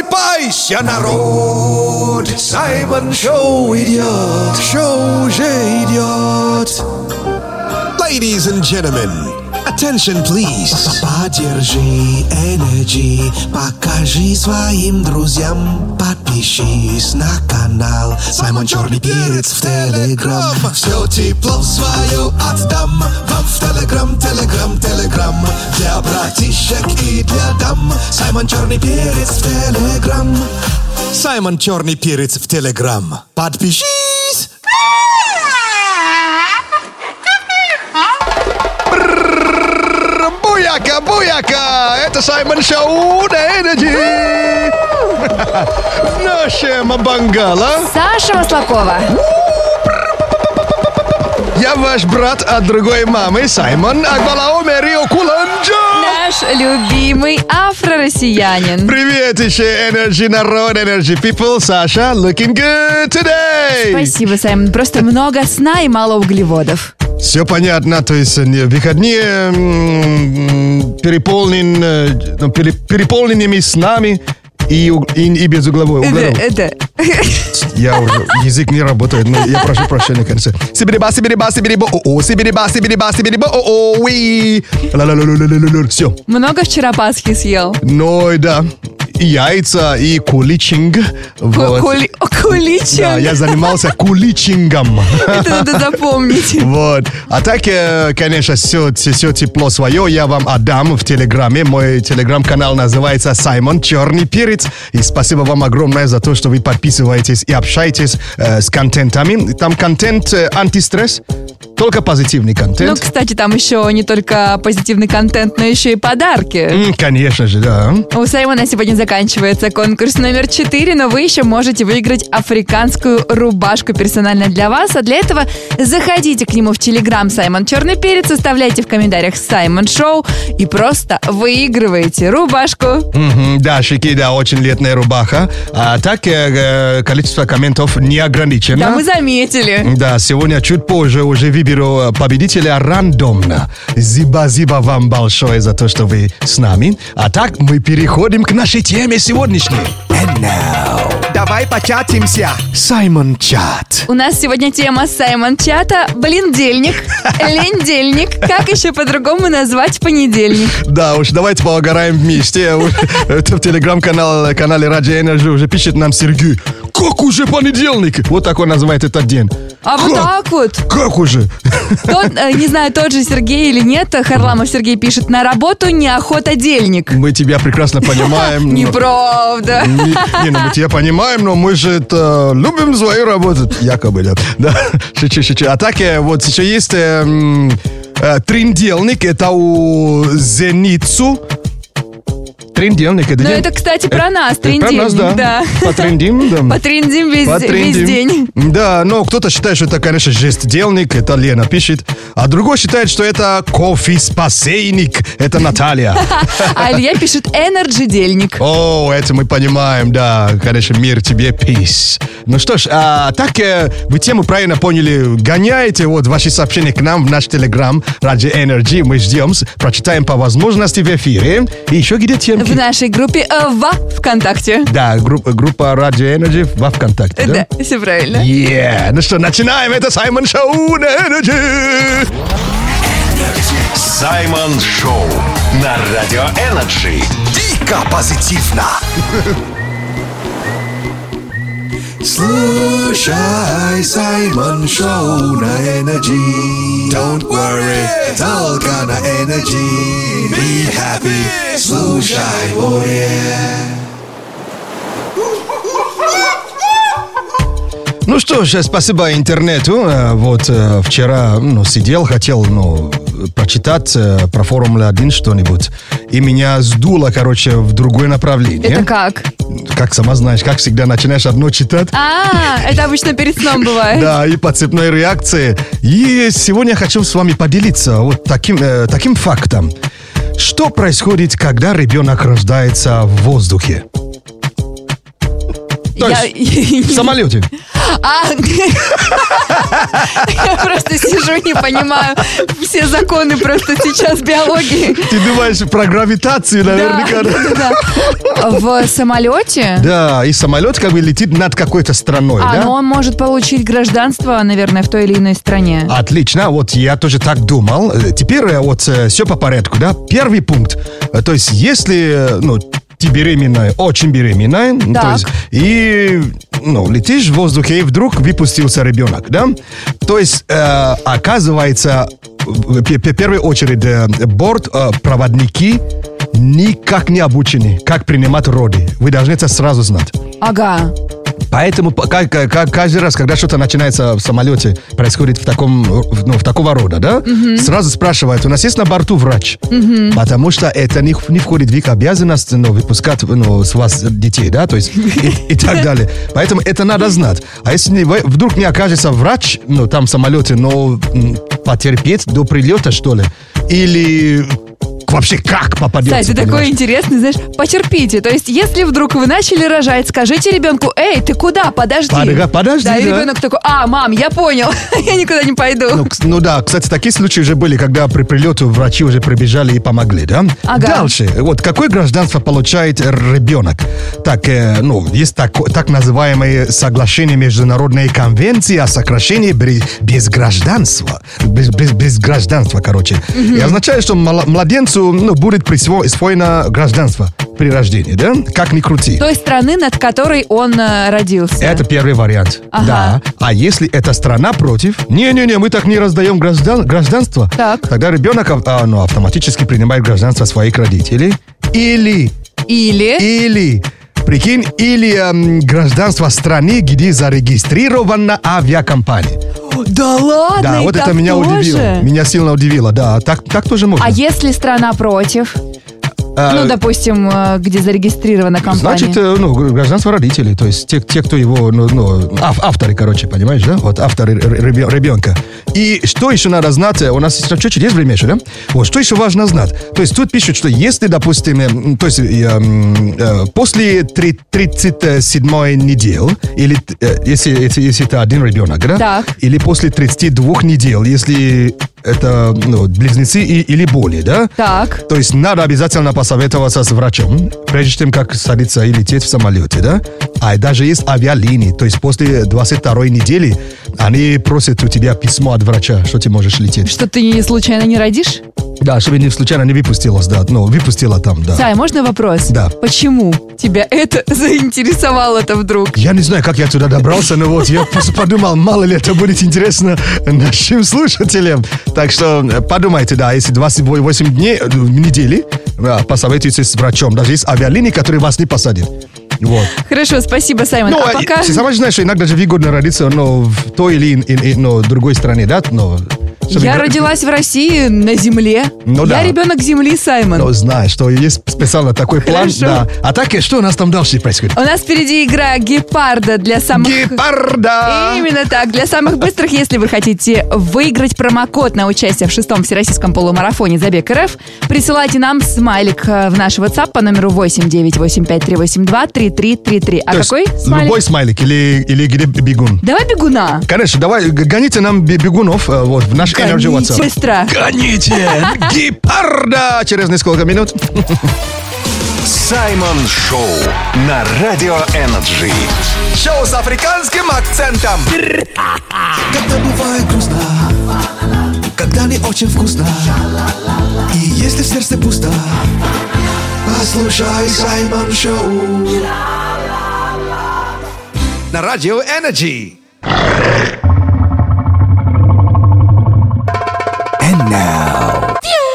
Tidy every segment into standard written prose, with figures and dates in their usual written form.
Просыпайся, народ! Саймон Шоу идет! Шоу уже идет! Ladies and gentlemen, attention please! Поддержи Energy, покажи своим друзьям, подпишись на канал Саймон Черный Перец в Телеграм. Все тепло свое отдам вам в Телеграм, Телеграм, Телеграм. Для братишек и для дам Саймон Черный Перец в Телеграм. Саймон Черный Перец в Телеграм. Подпишись! Буяка, буяка! Это Саймон Шоу на Energy! В нашем бангало Саша Маслакова. Я ваш брат от другой мамы, Саймон Акбалаомерио Куланджа. Наш любимый афро-россиянин. Привет еще, Energy народ, Energy people. Саша, looking good today. Спасибо, Саймон. Просто много сна и мало углеводов. Все понятно, то есть выходные переполненными снами и без угловой. Я уже, язык не работает, но я прошу прощения, конечно. Сибириба, сибириба, сибириба, о-о, сибириба, сибириба, сибириба, о-о, уи. Все. Много вчера Пасхи съел? Ну, да. И яйца, и куличинг. Вот. Куличинг? Да, я занимался куличингом. Это надо запомнить. Вот. А так, конечно, все тепло свое я вам отдам в Телеграме. Мой Телеграм-канал называется Саймон Черный Перец. И спасибо вам огромное за то, что вы подписываетесь и общаетесь с контентами. Там контент антистресс, только позитивный контент. Ну, кстати, там еще не только позитивный контент, но еще и подарки. Конечно же, да. У Саймона сегодня заканчивается конкурс номер 4, но вы еще можете выиграть африканскую рубашку персонально для вас. А для этого заходите к нему в Телеграм Саймон Черный Перец, оставляйте в комментариях Саймон Шоу и просто выигрываете рубашку. Да, шики, да, очень летная рубаха. А так количество комментов не ограничено. Да, мы заметили. Да, сегодня чуть позже уже выберу победителя рандомно. Зиба вам большое за то, что вы с нами. А так мы переходим к нашей теме сегодняшней. And now, давай початимся. Саймон Чат. У нас сегодня тема Саймон Чата блиндельник, лендельник. Как еще по-другому назвать понедельник? Да уж, давайте поугараем вместе. Это в телеграм-канале Радио Energy уже пишет нам Сергей. Как уже понедельник? Вот так он называет этот день. А вот так вот. Как уже? Не знаю, тот же Сергей или нет. Харламов Сергей пишет: на работу неохота дельник. Мы тебя прекрасно понимаем. Неправда. Не, ну мы тебя понимаем, но мы же любим свою работу. Якобы, да. Шучу. А так вот еще есть тринделник. Это у Зеницу. Трендельник, это ну, день. Это, кстати, про нас, трендельник. Про нас, да. Потрендим, да. Потрендим весь день. Да, но кто-то считает, что это, конечно, жестдельник, это Лена пишет. А другой считает, что это кофе-спасейник, это Наталья. А Илья пишет энерджи-дельник. О, это мы понимаем, да. Конечно, мир тебе, peace. Ну что ж, так вы тему правильно поняли. Гоняете вот ваши сообщения к нам в наш Телеграм, Radio Energy. Мы ждем, прочитаем по возможности в эфире. И еще где темки. В нашей группе ВКонтакте. Да, группа Radio Energy во ВКонтакте, да? Да, все правильно. Ну что, начинаем. Это Саймон Шоу на Energy. Саймон Шоу на Радио Energy. Дико позитивно. Слушай Саймон Шоу на Energy. Don't worry, только на Energy. Be happy, слушай, Ну что ж, спасибо интернету. Вот вчера сидел, хотел прочитать про Формулу-1 что-нибудь. И меня сдуло, в другое направление. Это как? Как сама знаешь, как всегда начинаешь одно читать. Это обычно перед сном бывает. Да, и по цепной реакции. И сегодня я хочу с вами поделиться вот таким фактом. Что происходит, когда ребенок рождается в воздухе? То есть в самолете. Я просто сижу, не понимаю все законы просто сейчас биологии. Ты думаешь про гравитацию, наверняка? Да. В самолете? Да, и самолет как бы летит над какой-то страной, да? Но он может получить гражданство, наверное, в той или иной стране. Отлично, вот я тоже так думал. Теперь вот все по порядку, да? Первый пункт. То есть, если, ты беременная, очень беременная, то есть, и летишь в воздухе, и вдруг выпустился ребенок, да? То есть, оказывается, в первую очередь, бортпроводники никак не обучены, как принимать роды. Вы должны это сразу знать. Ага. Поэтому каждый раз, когда что-то начинается в самолете, происходит в такого рода, да, сразу спрашивают, у нас есть на борту врач? Потому что это не входит в их обязанность выпускать с вас детей, да, то есть и так далее. Поэтому это надо знать. А если вдруг не окажется врач, там в самолете, потерпеть до прилета, что ли? Или... Вообще как попадется? Кстати, такой интересный, знаешь, потерпите. То есть, если вдруг вы начали рожать, скажите ребенку: эй, ты куда? Подожди. Подожди, да. И ребенок такой: мам, я понял, я никуда не пойду. Да, кстати, такие случаи уже были, когда при прилете врачи уже прибежали и помогли, да? Ага. Дальше, вот какое гражданство получает ребенок? Так, есть так называемые соглашения Международной конвенции о сокращении без гражданства. Без гражданства, короче. И означает, что младенцу будет присвоено гражданство при рождении, да? Как ни крути. Той страны, над которой он родился. Это первый вариант. Ага. Да. А если эта страна против? Не-не-не, мы так не раздаем гражданство. Так. Тогда ребенок автоматически принимает гражданство своих родителей. Или, прикинь, гражданство страны, где зарегистрирована авиакомпания. Да ладно, да, вот это меня удивило. Меня сильно удивило, да. Так тоже можно. А если страна против? Допустим, где зарегистрирована компания. Значит, гражданство родителей. То есть те кто его, авторы, короче, понимаешь, да? Вот авторы ребенка. И что еще надо знать? У нас чуть-чуть есть время еще, да? Вот, что еще важно знать? То есть тут пишут, что если, допустим, после 37-й недели, или если это один ребенок, да? Так. Или после 32 недель, если это близнецы или более, да? Так. То есть надо обязательно посоветоваться с врачом, прежде чем как садиться и лететь в самолете, да? А даже есть авиалинии, то есть после 22-й недели они просят у тебя письмо от врача, что ты можешь лететь. Что ты случайно не родишь? Да, чтобы случайно не выпустилась, да, выпустила там, да. Сай, можно вопрос? Да. Почему тебя это заинтересовало-то вдруг? Я не знаю, как я туда добрался, но вот я просто подумал, мало ли это будет интересно нашим слушателям. Так что подумайте, да, если 28 дней в неделе, посоветуйтесь с врачом. Даже есть авиалинии, которые вас не посадят. Вот. Хорошо, спасибо, Саймон. А пока... Ты сама знаешь, что иногда же выгодно родиться в той или другой стране, да? Я родилась в России на земле. Я ребенок земли, Саймон. Знаешь, что есть специально такой план. Да. А так, что у нас там дальше происходит? У нас впереди игра Гепарда для самых... Гепарда! Именно так. Для самых быстрых, если вы хотите выиграть промокод на участие в 6-м Всероссийском полумарафоне «Забег РФ», присылайте нам смайлик в наш WhatsApp по номеру 89853823333. А какой смайлик? Любой смайлик или где бегун? Давай бегуна. Конечно, давай, гоните нам бегунов в наш Energy WhatsApp. Гоните быстро. Гоните! Гепарда! Через несколько минут. Саймон Шоу на Радио Энерджи. Шоу с африканским акцентом. Когда бывает грустно, когда не очень вкусно, и если в сердце пусто, послушай Саймон Шоу на Радио Энерджи. And now,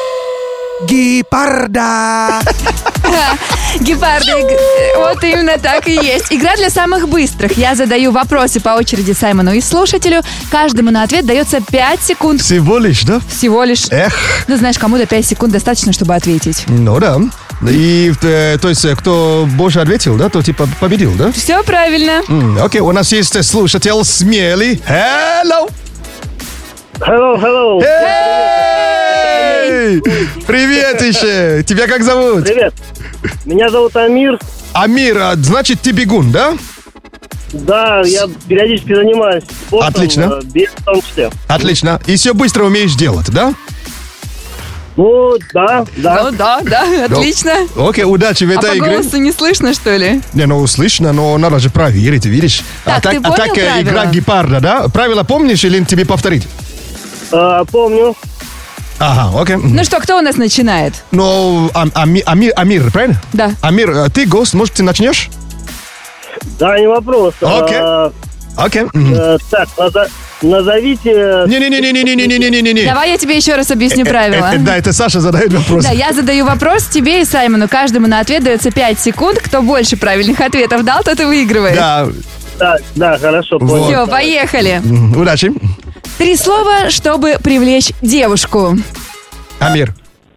Гепарда. Гепарды, вот именно так и есть. Игра для самых быстрых. Я задаю вопросы по очереди Саймону и слушателю. Каждому на ответ дается 5 секунд. Всего лишь, да? Всего лишь. Знаешь, кому-то 5 секунд достаточно, чтобы ответить. Да. И, то есть, кто больше ответил, да, то типа победил, да? Все правильно. Окей, у нас есть слушатель Смелый. Hello! Hello. Hey! Привет еще! Тебя как зовут? Привет. Меня зовут Амир. Амир, значит, ты бегун, да? Да, я периодически занимаюсь спортом. Отлично. Бег в том числе. Отлично. И все быстро умеешь делать, да? Ну, да. Ну да, отлично. Окей, удачи в А этой по игре. голосу не слышно, что ли? Не, ну слышно, но надо же проверить, видишь? Так, ты понял правила? Игра гепарда, да? Правила помнишь или тебе повторить? Помню. Ага, окей. Ну что, кто у нас начинает? Ну, Амир, правильно? Да. Амир, ты гость, может, ты начнешь? Да, не вопрос. Окей. Окей. Так, назовите... Не-не-не-не-не-не-не-не-не-не. Давай я тебе еще раз объясню правила. Да, это Саша задает вопрос. Да, я задаю вопрос тебе и Саймону. Каждому на ответ дается 5 секунд. Кто больше правильных ответов дал, тот и выигрывает. Да, хорошо, понял. Все, поехали. Удачи. 3 слова, чтобы привлечь девушку. Амир.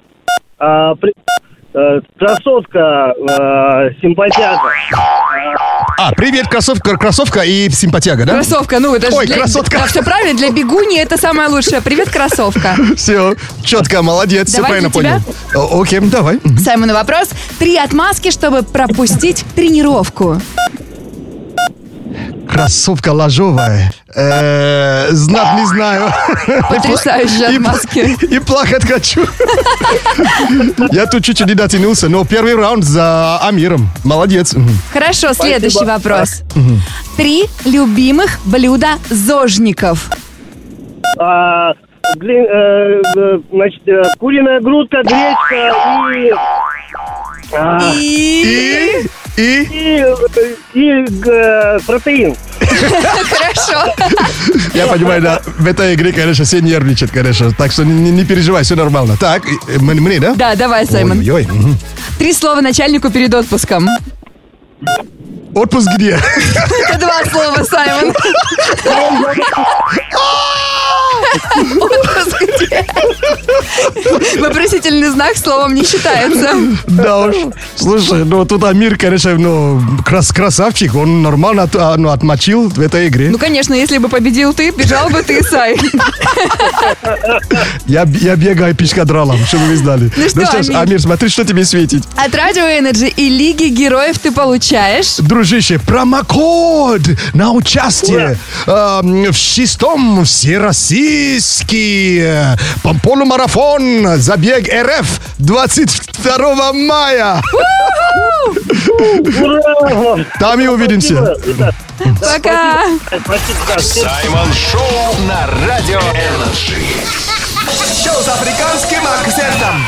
Красотка, симпатяга. Привет, кроссовка и симпатяга, да? Кроссовка, ну это же Ой, красотка. Да, все правильно, для бегуни это самое лучшее. Привет, кроссовка. Все, четко, молодец, все Давай правильно для понял. Окей, давай. Саймону вопрос. 3 отмазки, чтобы пропустить тренировку. Кроссовка ложовая. Знать не знаю. Потрясающие отмазки. И плакать хочу. Я тут чуть-чуть не дотянулся, но первый раунд за Амиром. Молодец. Хорошо, следующий вопрос. 3 любимых блюда зожников. Значит, куриная грудка, гречка и протеин. Хорошо. Я понимаю, да, в этой игре, конечно, все нервничают, конечно. Так что не переживай, все нормально. Так, мне, да? Да, давай, Саймон. Ой-ой. 3 слова начальнику перед отпуском. Отпуск где? Это 2 слова, Саймон. Отпуск где? Вопросительный знак словом не считается. Да уж. Слушай, ну тут Амир, конечно, красавчик. Он нормально отмочил в этой игре. Ну, конечно, если бы победил ты, бежал бы ты, Сай. Я бегаю пешкадралом, чтобы вы знали. Ну что, Амир, смотри, что тебе светит. От Радио Энерджи и Лиги Героев ты получаешь... Дружище, промокод на участие в 6-м всероссийский полумарафон забег РФ 22 мая. Ура! Там и увидимся. Пока! Саймон Шоу на Радио Энерджи. Шоу с африканским акцентом.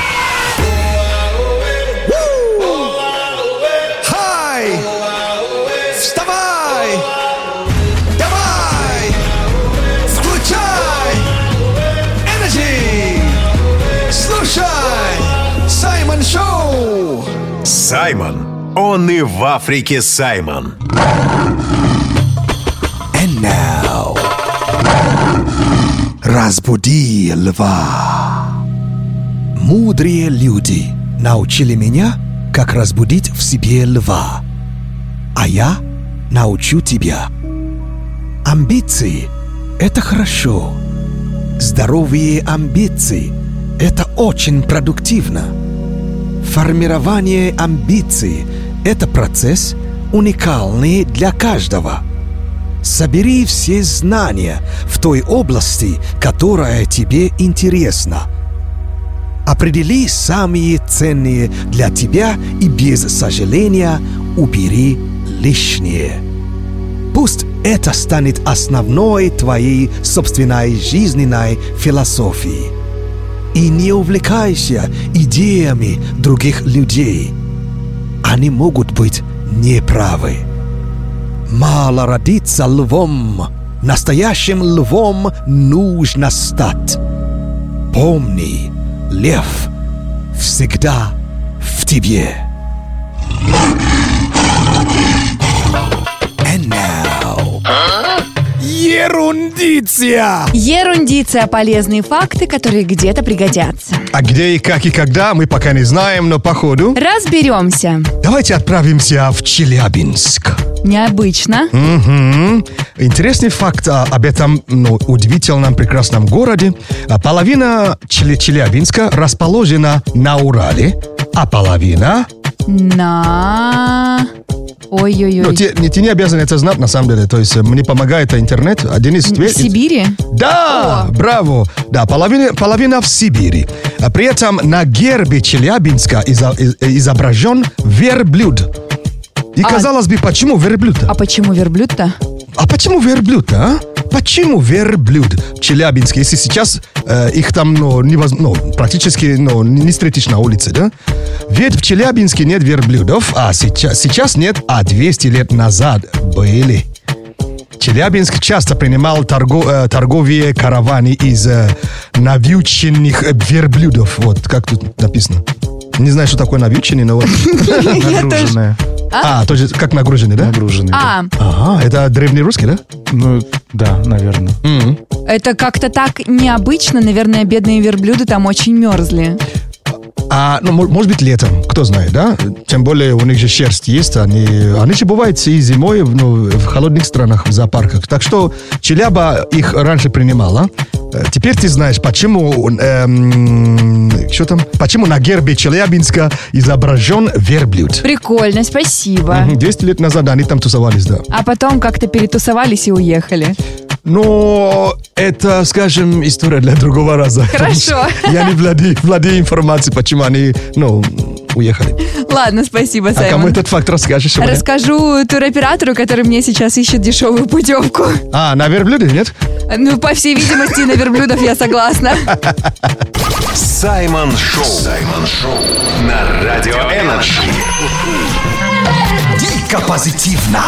Хай! Вставай! Давай! Включай! Energy! Слушай! Саймон Шоу! Саймон. Он и в Африке Саймон. And now, разбуди льва. Мудрые люди научили меня, как разбудить в себе льва. А я научу тебя. Амбиции – это хорошо. Здоровые амбиции – это очень продуктивно. Формирование амбиций – это процесс, уникальный для каждого. Собери все знания в той области, которая тебе интересна. Определи самые ценные для тебя и без сожаления убери лишнее. Пусть это станет основной твоей собственной жизненной философией. И не увлекайся идеями других людей. Они могут быть неправы. Мало родиться львом, настоящим львом нужно стать. Помни, лев всегда в тебе. And now... Ерундиция! Ерундиция. Полезные факты, которые где-то пригодятся. А где и как и когда, мы пока не знаем, но походу... Разберемся. Давайте отправимся в Челябинск. Необычно. Интересный факт об этом удивительном, прекрасном городе. Половина Челябинска расположена на Урале, а половина... На Ой-ой-ой. Ну, ты не обязан это знать, на самом деле. То есть мне помогает интернет. Один из В Сибири? Да, О. браво. Да, половина в Сибири. А при этом на гербе Челябинска изображен верблюд. И казалось бы, почему верблюд? А почему верблюд-то? А почему верблюд, а? Почему верблюд в Челябинске, если сейчас их там практически не встретишь на улице, да? Ведь в Челябинске нет верблюдов, а сейчас нет, а 200 лет назад были. Челябинск часто принимал торговые караваны из навьюченных верблюдов. Вот, как тут написано. Не знаю, что такое навьюченный, но вот. Нагруженная. Тоже как нагруженный, да? Нагруженный. Да. Ага, это древнерусский, да? Ну, да, наверное. Это как-то так необычно. Наверное, бедные верблюды там очень мерзли. Может быть, летом, кто знает, да? Тем более у них же шерсть есть, они же бывают и зимой в холодных странах, в зоопарках. Так что Челяба их раньше принимала. Теперь ты знаешь, почему на гербе Челябинска изображен верблюд. Прикольно, спасибо. 200 лет назад они там тусовались, да. А потом как-то перетусовались и уехали. Но это, скажем, история для другого раза. Хорошо. Я не владею информацией, почему они, уехали. Ладно, спасибо, А Саймон. кому этот факт расскажешь? Расскажу туроператору, который мне сейчас ищет дешевую путевку. На верблюде, нет? Ну, по всей видимости, на верблюдов я согласна. Саймон Шоу. Саймон Шоу. На Радио Энерджи. Дико позитивно.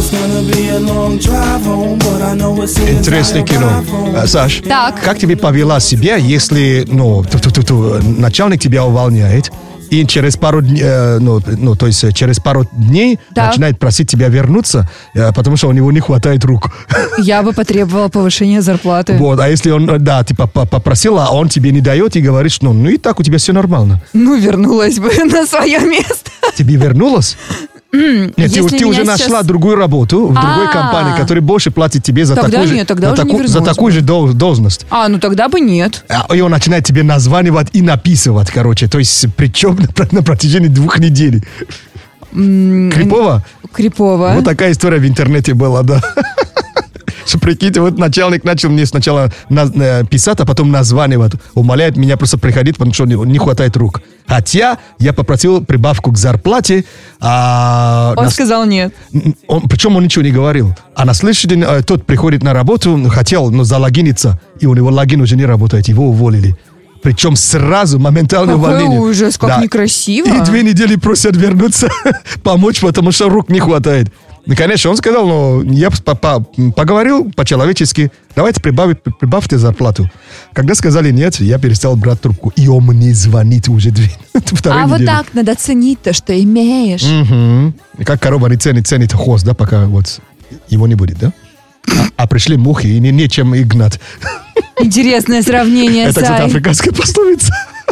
Интересное кино. Саш, Так. как тебе повела себя, если начальник тебя увольняет, и через пару дней, через пару дней Да. начинает просить тебя вернуться, потому что у него не хватает рук. Я бы потребовала повышения зарплаты. Вот, а если он, попросил, а он тебе не дает и говорит, что и так у тебя все нормально. Ну, вернулась бы на свое место. Тебе вернулось? Нет, Если ты уже меня нашла сейчас- другую работу в другой А. компании, которая больше платит тебе за Тогда такую же, нет, тогда за уже не таку- за вернулась такую бы. же должность. Ну тогда бы нет. И он начинает тебе названивать и написывать, то есть причем на протяжении 2 недель. Крипово? Крипово. Вот такая история в интернете была, да. Что, прикиньте, вот начальник начал мне сначала писать, а потом названивать. Умоляет меня просто приходить, потому что не хватает рук. Хотя я попросил прибавку к зарплате. Он сказал нет. Причем он ничего не говорил. А на следующий день тот приходит на работу, хотел залогиниться, и у него логин уже не работает, его уволили. Причем сразу, моментально Какой увольнение. ужас, как некрасиво. И 2 недели просят вернуться, помочь, потому что рук не хватает. Ну, конечно, он сказал, я поговорил по-человечески, давайте прибавьте зарплату. Когда сказали нет, я перестал брать трубку. И он мне звонит уже 2 Вот недели. так надо ценить то, что имеешь. И как корова не ценит хвост, да, пока вот его не будет, да? А пришли мухи, и нечем их гнать. Интересное сравнение, Это, кстати, Сай. африканская пословица.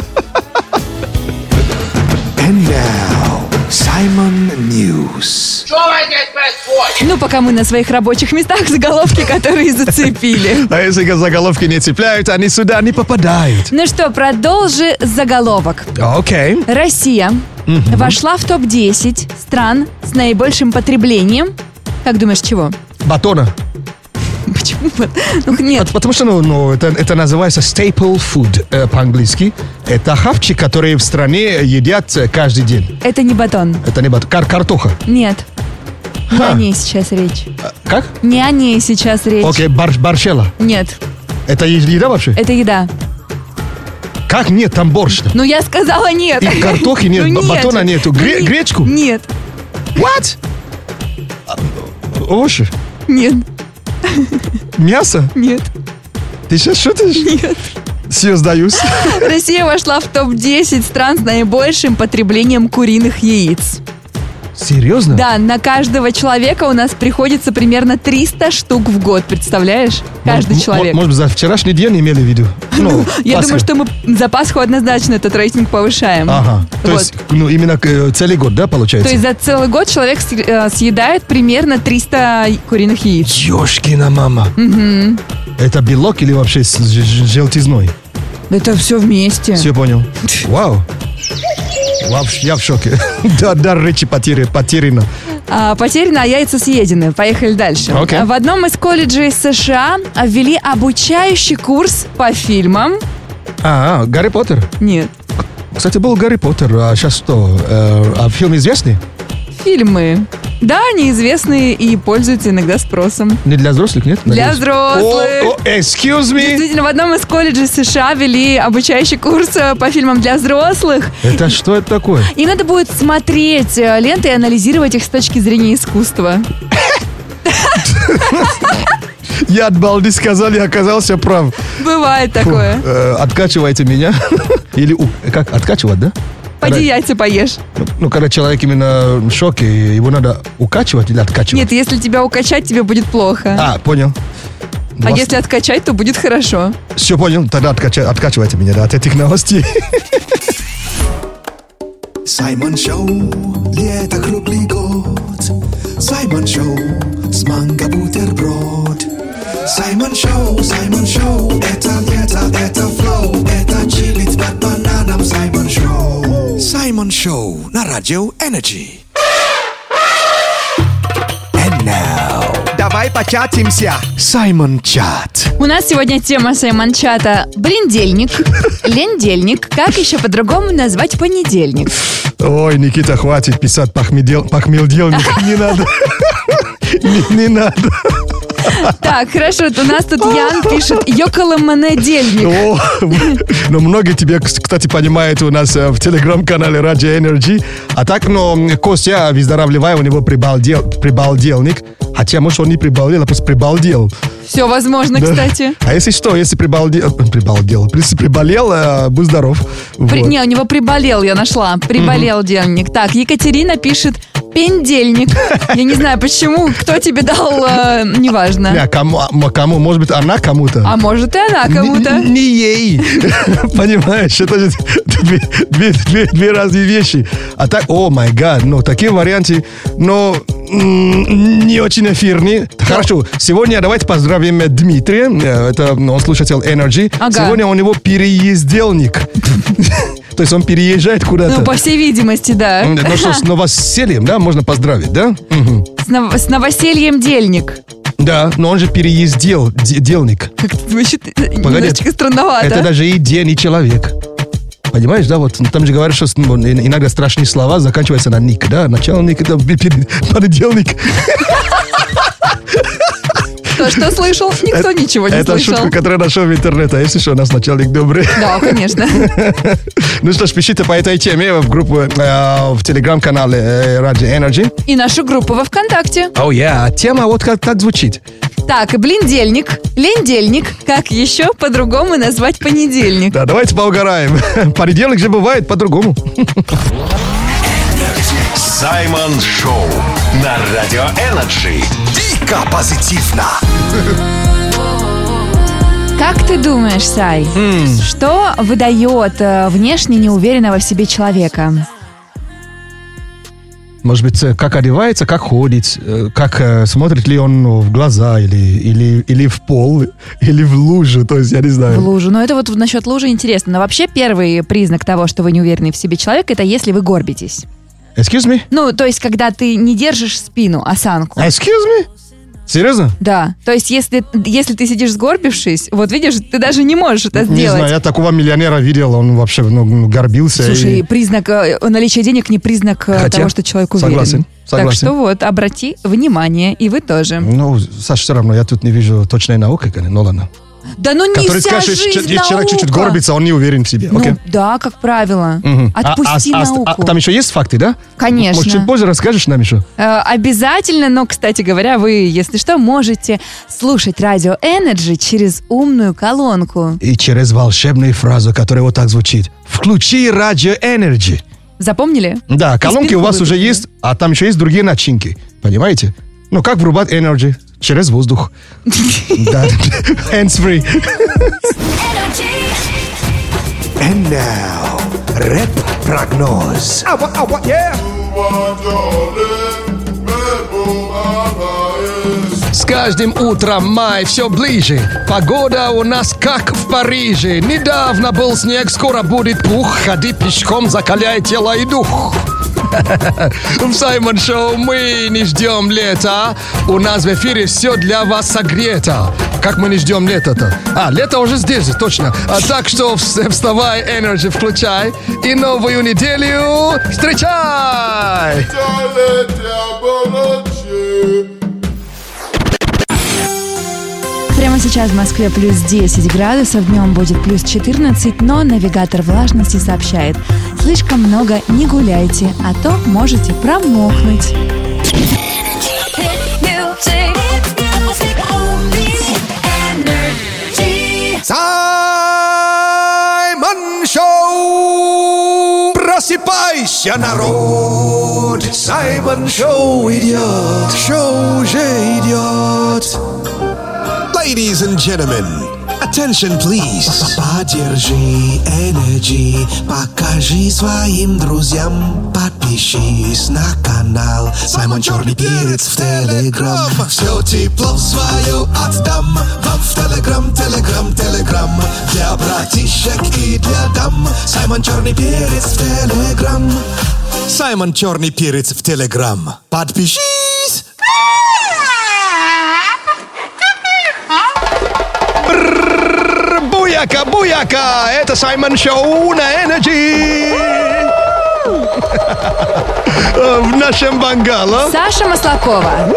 And now, Simon News. Ну, пока мы на своих рабочих местах, заголовки, которые зацепили. А если заголовки не цепляют, они сюда не попадают. Ну что, продолжи заголовок. Окей. Россия вошла в топ-10 стран с наибольшим потреблением. Как думаешь, чего? Батона. Почему? Нет. Потому что это называется staple food по-английски. Это хавчик, который в стране едят каждый день. Это не батон. Это не батон. Картоха. Нет. Не о ней сейчас речь. Как? Не о ней сейчас речь. Окей, баршела. Нет, Это еда вообще? это еда. Как нет, там борщ. Ну, я сказала нет. И картохи нет, Ну, батона нету. Гречку? Нет, What? Овощи? нет, Мясо? нет, Ты сейчас шутишь? нет. Все, сдаюсь. Россия вошла в топ-10 стран с наибольшим потреблением куриных яиц. Серьезно? Да, на каждого человека у нас приходится примерно 300 штук в год, представляешь? Каждый человек. Может быть, за вчерашний день имели в виду? Я Пасха. думаю, что мы за Пасху однозначно этот рейтинг повышаем. Ага. То Вот. есть, именно целый год, да, получается? То есть за целый год человек съедает примерно 300 куриных яиц. Ёшкина мама. Это белок или вообще с желтизной? Это все вместе. Все понял. Вау. Я в шоке. Да, речи потеряно. Потеряно, а яйца съедены. Поехали дальше. Окей. В одном из колледжей США ввели обучающий курс по фильмам. Гарри Поттер. Нет. Кстати, был Гарри Поттер, а сейчас что? А фильм известный? Фильмы. Да, они известные и пользуются иногда спросом. Не для взрослых, нет? Для взрослых. Excuse me? Действительно, в одном из колледжей США ввели обучающий курс по фильмам для взрослых. Это что это такое? Им надо будет смотреть ленты и анализировать их с точки зрения искусства. Я от балды сказал, я оказался прав. Бывает такое. Откачивайте меня. Или как? Откачивать, да? Поди яйца поешь. Ну, когда человек именно в шоке, его надо укачивать или откачивать? Нет, если тебя укачать, тебе будет плохо. Понял. А если откачать, то будет хорошо. Все понял, тогда откачивайте меня, да, от этих новостей. Саймон Шоу, лето круглый год. Саймон Шоу, с манго бутерброд. Саймон Шоу, это лето, это флоу, это чилит под бананом. Саймон Шоу. Саймон Шоу на Радио Энерджи. And now, давай початимся. Саймон Чат. У нас сегодня тема Саймон-чата «Блиндельник», «Лендельник». Как еще по-другому назвать понедельник? Ой, Никита, хватит писать похмельдельник. Не надо. Не надо. Так, хорошо, у нас тут Ян пишет «Йоколомонедельник». Но многие тебя, кстати, понимают у нас в телеграм-канале Radio Energy. А так, Костя, выздоравливая, у него прибалдельник. Хотя, может, он не прибалдел, а просто прибалдел. Все возможно, Да. кстати. А если что, если если приболел, будь здоров. Вот. Не, у него приболел, я нашла. Приболел дельник. Так, Екатерина пишет «Пендельник». Я не знаю, почему, кто тебе дал, неважно. Не, кому? Может быть, она кому-то? А может, и она кому-то. Не ей. Понимаешь, это же две разные вещи. А так, о май гад, такие варианты, не очень эфирные. Хорошо, сегодня давайте поздравим Дмитрия. Это он слушатель Energy. Ага. Сегодня у него переездельник. То есть он переезжает куда-то. Ну, по всей видимости, да. Ну что, с новосельем, да, можно поздравить, да? С новосельем дельник. Да, но он же переездельник. Как-то звучит немножечко странновато. Это даже и день, и человек. Понимаешь, да, вот там же говорят, что иногда страшные слова заканчиваются на ник, да? Начальник, это понедельник. Что слышал? Никто ничего не это слышал. Это шутка, которую я нашел в интернете. А если что, у нас начальник добрый. Да, конечно. Ну что ж, пишите по этой теме в группу, в телеграм-канале Radio Energy. И нашу группу во ВКонтакте. Тема вот как так звучит. Так, блиндельник, лендельник. Как еще по-другому назвать понедельник? Да, давайте поугараем. Понедельник же бывает по-другому. Саймон Шоу на Радио Энерджи. Дико позитивно. Как ты думаешь, Сай, что выдает внешне неуверенного в себе человека? Может быть, как одевается, как ходит, как смотрит ли он в глаза или в пол, или в лужу, то есть я не знаю. В лужу. Но это вот насчет лужи интересно. Но вообще первый признак того, что вы неуверенный в себе человек, это если вы горбитесь. Excuse me? Ну, то есть, когда ты не держишь спину, осанку. Excuse me? Серьезно? Да. То есть, если ты сидишь сгорбившись, вот видишь, ты даже не можешь это сделать. Не знаю, я такого миллионера видел, он вообще горбился. Слушай, признак наличия денег не признак того, что человек уверен. Согласен. Так что вот, обрати внимание, и вы тоже. Ну, Саша, все равно, я тут не вижу точной науки, но ладно. Да ну не который вся скажет, жизнь если наука. человек чуть-чуть горбится, он не уверен в себе. Ну, Окей? да, как правило. Отпусти науку. Там еще есть факты, да? Конечно. Может, чуть позже расскажешь нам еще? Обязательно, но, кстати говоря, вы, если что, можете слушать Радио Энерджи через умную колонку. И через волшебную фразу, которая вот так звучит. Включи Радио Энерджи. Запомнили? Да, колонки у вас Испитывали. уже есть, а там еще есть другие начинки. Понимаете? Ну, как врубать Energy? Через воздух. Да. Hands-free. And now, рэп-прогноз. С каждым утром май все ближе. Погода у нас как в Париже. Недавно был снег, скоро будет пух. Ходи пешком, закаляй тело и дух. В Саймон Шоу мы не ждем лета. У нас в эфире все для вас согрето. Как мы не ждем лета-то? Лето уже здесь, точно. Так что вставай, Energy включай. И новую неделю встречай! Прямо сейчас в Москве плюс 10 градусов, днем будет плюс 14, но навигатор влажности сообщает: слишком много не гуляйте, а то можете промокнуть. Саймон Шоу! Просыпайся, народ! Саймон Шоу идет! Шоу уже идет! Ladies and gentlemen, attention please. Поддержи Energy, покажи своим друзьям, подпишись на канал Саймон Черный Перец в Телеграм. Все тепло свое отдам вам в Телеграм, Телеграм, Телеграм. Для братишек и для дам Саймон Черный Перец в Телеграм. Саймон Черный Перец в Телеграм. Подпишись! Буяка, буяка! Это Саймон Шоу на Energy! В нашем бангало Саша Маслакова.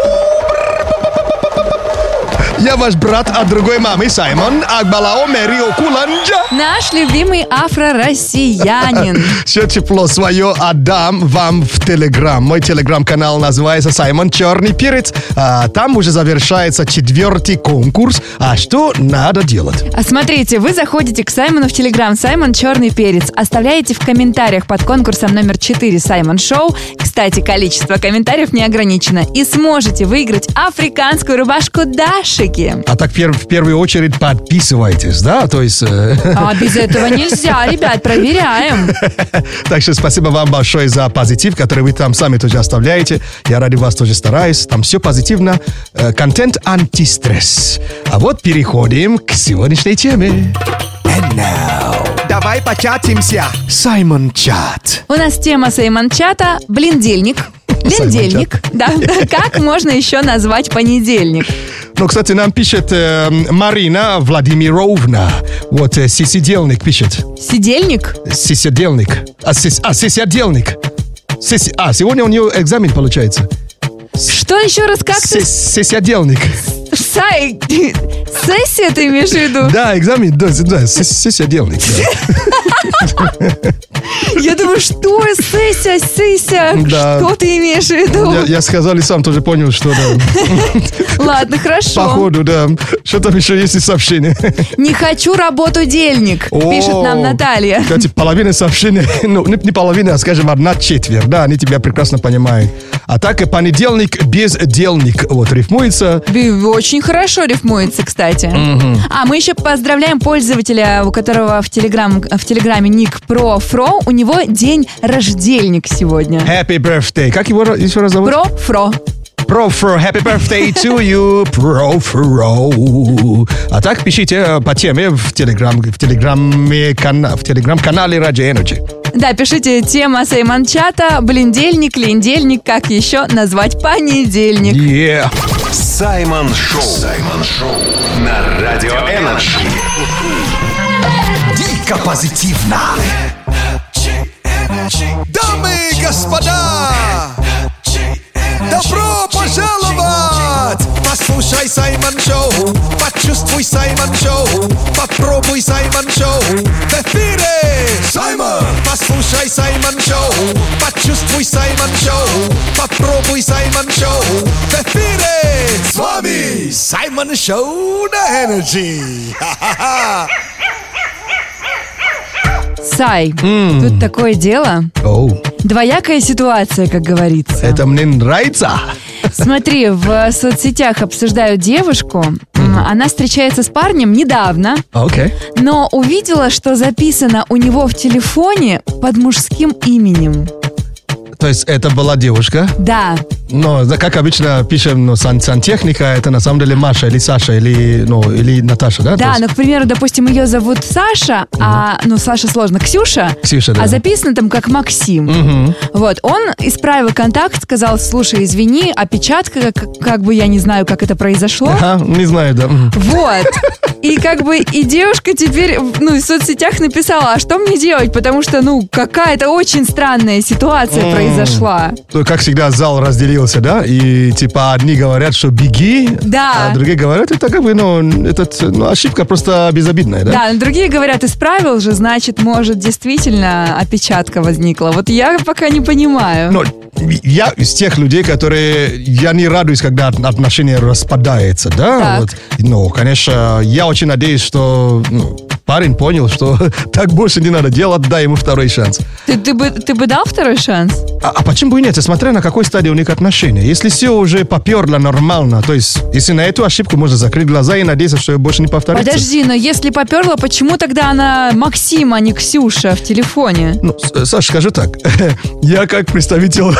я ваш брат от другой мамы Саймон Акбалао Мерио Куланджа. Наш любимый афро-россиянин. Все тепло свое отдам вам в Телеграм. Мой Телеграм-канал называется Саймон Черный Перец. Там уже завершается 4-й конкурс. А что надо делать? Смотрите, вы заходите к Саймону в Телеграм Саймон Черный Перец, оставляете в комментариях под конкурсом номер 4 Саймон Шоу. Кстати, количество комментариев не ограничено. И сможете выиграть африканскую рубашку Дашики. А так в первую очередь подписывайтесь, да? То есть... А без этого нельзя, ребят, проверяем. Так что спасибо вам большое за позитив, который вы там сами тоже оставляете. Я ради вас тоже стараюсь. Там все позитивно. Контент антистресс. А вот переходим к сегодняшней теме. And now, давай початимся. Саймон Чат. У нас тема Саймон Чата – блиндельник. Блиндельник, да. Как можно еще назвать понедельник? Ну, кстати, нам пишет Марина Владимировна. Вот сисидельник пишет. Сидельник? Сисидельник. Сисидельник. Сегодня у нее экзамен получается. Что еще раз, как ты? Сисидельник. Сессия ты имеешь в виду? Да, экзамен, да, сисидельник. Я думаю, что сессия? Да. Что ты имеешь в виду? Я сказал и сам тоже понял, что да. Ладно, хорошо. Походу, да. Что там еще есть из сообщений? Не хочу работу дельник, пишет нам Наталья. Кстати, половина сообщений, ну, не половина, а, скажем, 1/4, да, они тебя прекрасно понимают. А так и понедельник без дельник, вот, рифмуется. Очень хорошо рифмуется, кстати. А мы еще поздравляем пользователя, у которого в Телеграме ник ProFro, у него день рождельник сегодня. Happy birthday. Как его еще раз зовут? ProFro. ProFro, happy birthday to you, ProFro. А так пишите по теме в телеграм-канале Radio Energy. Да, пишите тема Саймон Чата, блиндельник, линдельник, как еще назвать понедельник. Yeah. Саймон Шоу. Саймон Шоу на Радио Энерджи. Дико позитивно. Дамы и господа, добро пожаловать! Послушай Саймон Шоу, почувствуй Саймон Шоу, попробуй Саймон Шоу в эфире! Саймон! Послушай Саймон Шоу, почувствуй Саймон Шоу, попробуй Саймон Шоу в эфире! С вами Саймон Шоу на Energy! Ха-ха-ха! Сай, тут такое дело. Двоякая ситуация, как говорится. Это мне нравится. Смотри, в соцсетях обсуждают девушку. Она встречается с парнем недавно, но увидела, что записано у него в телефоне под мужским именем. То есть это была девушка? Да. Но, да, как обычно пишем, ну, сантехника, это на самом деле Маша или Саша, или Наташа, да? Да, ну, к примеру, допустим, ее зовут Саша, Саша сложно, Ксюша, да. А записано там как Максим. Вот, он исправил контакт, сказал, слушай, извини, опечатка, как бы я не знаю, как это произошло. Ага, не знаю, да. Вот. И как бы и девушка теперь, в соцсетях написала, а что мне делать? Потому что, какая-то очень странная ситуация произошла. То, как всегда, зал разделился, да? И типа одни говорят, что беги, да. А другие говорят, это как бы, ошибка просто безобидная, да? Да, но другие говорят, исправил же, значит, может, действительно опечатка возникла. Вот я пока не понимаю. Но я из тех людей, я не радуюсь, когда отношения распадаются, да? Вот. Конечно, я очень надеюсь, что парень понял, что так больше не надо делать, дай ему второй шанс. Ты бы дал второй шанс? А почему бы и нет? Смотря на какой стадии у них отношения. Если все уже поперло нормально, то есть, если на эту ошибку можно закрыть глаза и надеяться, что больше не повторится. Подожди, но если поперло, почему тогда она Максим, а не Ксюша в телефоне? Саш, скажу так. Я как представитель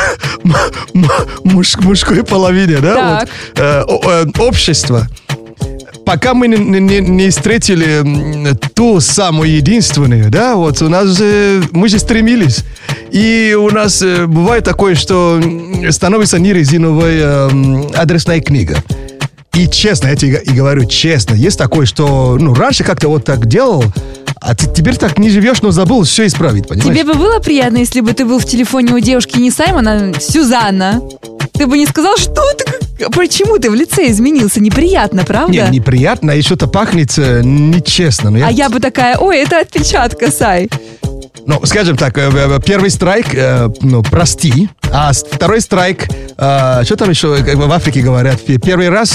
мужской половины, да? Вот, общества. Пока мы не встретили ту самую единственную, да, вот у нас же, мы же стремились. И у нас бывает такое, что становится не резиновая адресная книга. И честно, я тебе и говорю честно, есть такое, что, раньше как-то вот так делал, а ты теперь так не живешь, но забыл все исправить, понимаешь? Тебе бы было приятно, если бы ты был в телефоне у девушки не Саймон, а Сюзанна? Ты бы не сказал, что ты... Почему ты в лице изменился? Неприятно, правда? Не, неприятно, и что-то пахнет нечестно. А я бы такая, ой, это отпечатка, Сай. Скажем так, первый страйк, прости, а второй страйк, что там еще в Африке говорят, первый раз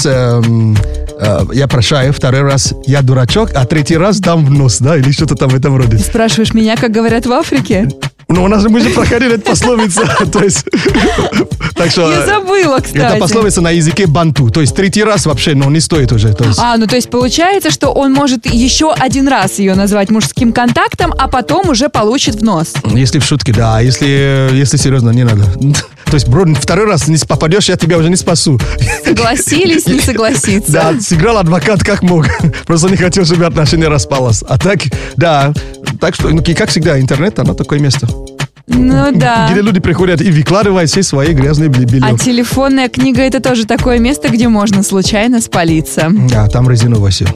я прощаю, второй раз я дурачок, а третий раз дам в нос, да, или что-то там в этом роде. Ты спрашиваешь меня, как говорят в Африке? У нас же мы же проходили эту пословицу, то есть... Так что, я забыла, кстати. Это пословица на языке банту, то есть третий раз вообще, не стоит уже. То есть... то есть получается, что он может еще один раз ее назвать мужским контактом, а потом уже получит в нос. Если в шутке, да, если серьезно, не надо. То есть, бро, второй раз не попадешь, я тебя уже не спасу. Согласились, не согласиться. Да, сыграл адвокат как мог. Просто не хотел, чтобы отношения распалось. А так, да. Так что, как всегда, интернет, оно такое место. Да. Где люди приходят и выкладывают все свои грязные белье. А телефонная книга — это тоже такое место, где можно случайно спалиться. Да, там резиновое все.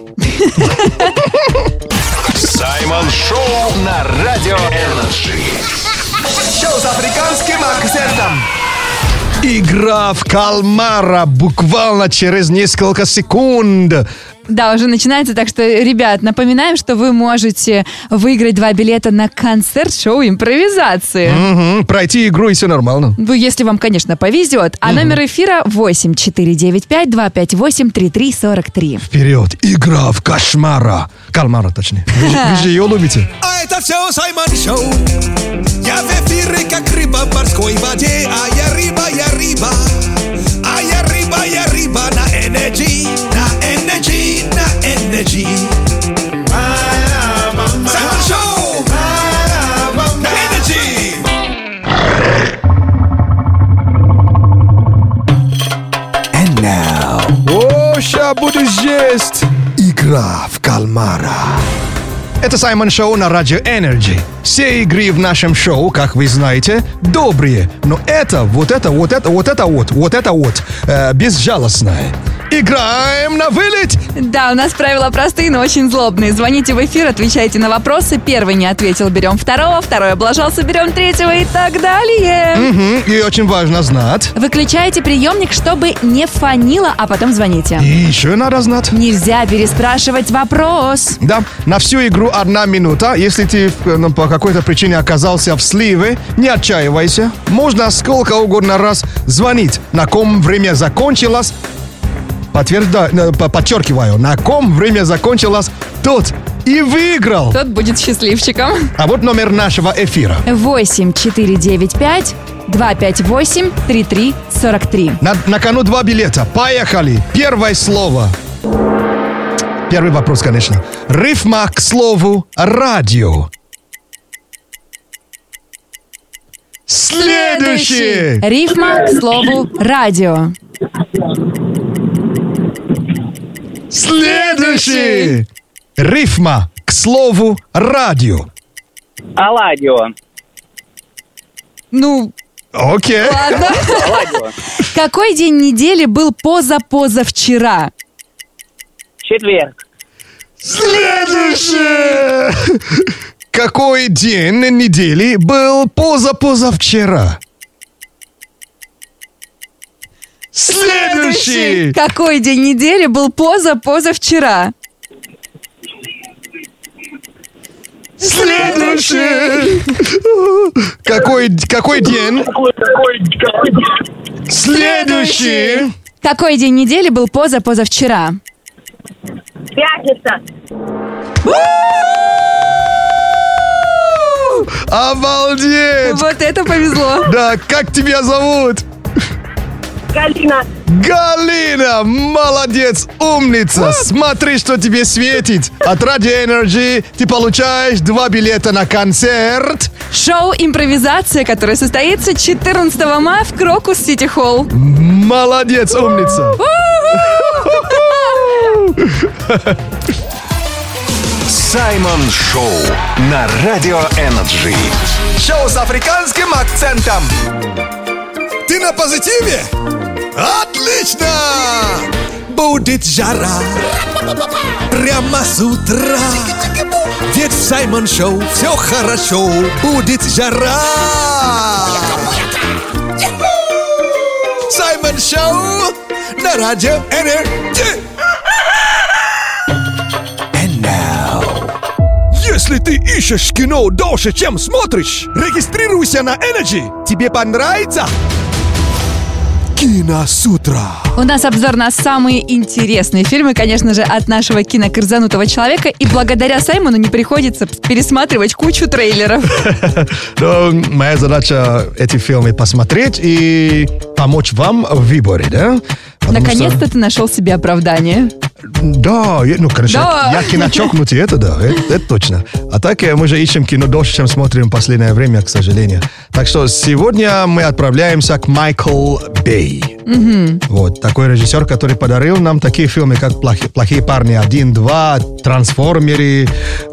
Саймон Шоу на Радио Энерджи. Шоу с африканским акцентом. Игра в кальмара буквально через несколько секунд. Да, уже начинается, так что, ребят, напоминаем, что вы можете выиграть 2 билета на концерт-шоу импровизации. Пройти игру, и все нормально. Если вам, конечно, повезет. А номер эфира 8495-258-3343. Вперед! Игра в кошмара. Кальмара, точнее. Вы же ее любите. А это все Саймон Шоу. Я в эфире, как рыба в морской воде. А я рыба, я рыба. А я рыба, я рыба на Energy, на Energy, на Energy. Саймон Шоу на Energy. And now. О, ща буду есть. Игра в кальмара. Это Саймон Шоу на Радио Энерджи. Все игры в нашем шоу, как вы знаете, добрые. Но это безжалостное. Играем на вылет! Да, у нас правила простые, но очень злобные. Звоните в эфир, отвечайте на вопросы. Первый не ответил, берем второго. Второй облажался, берем третьего и так далее. И очень важно знать. Выключайте приемник, чтобы не фонило, а потом звоните. И еще надо знать. Нельзя переспрашивать вопрос. Да, на всю игру 1 минута. Если ты по какой-то причине оказался в сливе, не отчаивайся. Можно сколько угодно раз звонить. На ком время закончилось, подчеркиваю, на ком время закончилось, тот и выиграл. Тот будет счастливчиком. А вот номер нашего эфира. 8495-258-3343. На кону 2 билета. Поехали. Первое слово. Первый вопрос, конечно. Рифма к слову радио. Следующий. Рифма к слову радио. Следующий. Рифма к слову радио. Аладио. Ну, Окей. ладно. Аладио. Какой день недели был позапозавчера? Четверг. Следующий. Какой день недели был позапозавчера? Следующий. Какой день недели был позапозавчера? Следующий. Какой день? Следующий. Какой день недели был позапозавчера? Пятница. Обалдеть! Вот это повезло. Да, как тебя зовут? Галина. Галина, молодец, умница. Смотри, что тебе светит. От Radio Energy ты получаешь 2 билета на концерт. Шоу «Импровизация», которое состоится 14 мая в Крокус Сити Холл. Молодец, умница. Саймон Шоу на Радио Энерджи. Шоу с африканским акцентом. Ты на позитиве? Отлично! Будет жара прямо с утра. Ведь в Саймон Шоу все хорошо. Будет жара. Саймон Шоу на Радио Энерджи. And now. Если ты ищешь кино дольше, чем смотришь, регистрируйся на Energy. Тебе понравится? Кино с утра. У нас обзор на самые интересные фильмы, конечно же, от нашего кинокорзанутого человека. И благодаря Саймону не приходится пересматривать кучу трейлеров. Но моя задача эти фильмы посмотреть и помочь вам в выборе, да? Наконец-то ты нашел себе оправдание. Да, ну, конечно, Да. я киночокнутый, это да, это точно. А так мы же ищем кино дольше, чем смотрим в последнее время, к сожалению. Так что сегодня мы отправляемся к Майкл Бэй. Вот, такой режиссер, который подарил нам такие фильмы, как «Плохие парни 1, 2», «Трансформеры»,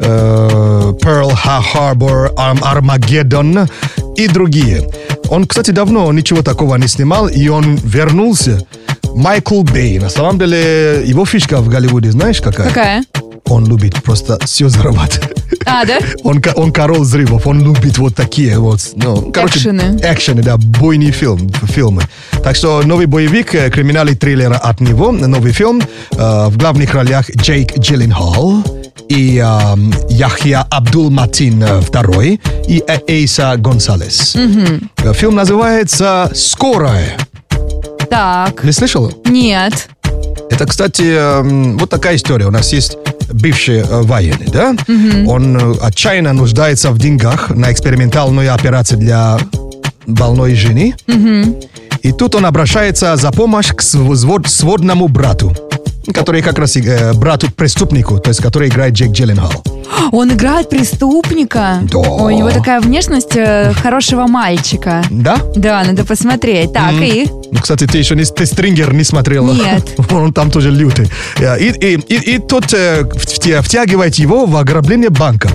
«Перл Харбор», «Армагеддон» и другие. Он, кстати, давно ничего такого не снимал, и он вернулся. Майкл Бэй. На самом деле, его фишка в Голливуде, знаешь, какая? Какая? Он любит просто все зарабатывать. А, да? Он король взрывов, он любит вот такие вот, ну, короче, экшены, да, бойные фильмы. Так что новый боевик, криминальный триллер от него, новый фильм, в главных ролях Джейк Джилленхол и Яхья Абдул-Матин II и Эйса Гонсалес. Фильм называется «Скорая». Так. Не слышала? Нет. Это, кстати, вот такая история. У нас есть бывший военный, да? Он отчаянно нуждается в деньгах на экспериментальную операцию для больной жены. И тут он обращается за помощью к сводному брату, который как раз брату-преступнику, то есть который играет Джейк Джилленхол. Он играет преступника? Да. Ой, у него такая внешность хорошего мальчика. Да? Да, надо посмотреть. Так, и? Ну, кстати, ты еще ты «Стрингер» не смотрела? Нет. Он там тоже лютый. И тот втягивает его в ограбление банка.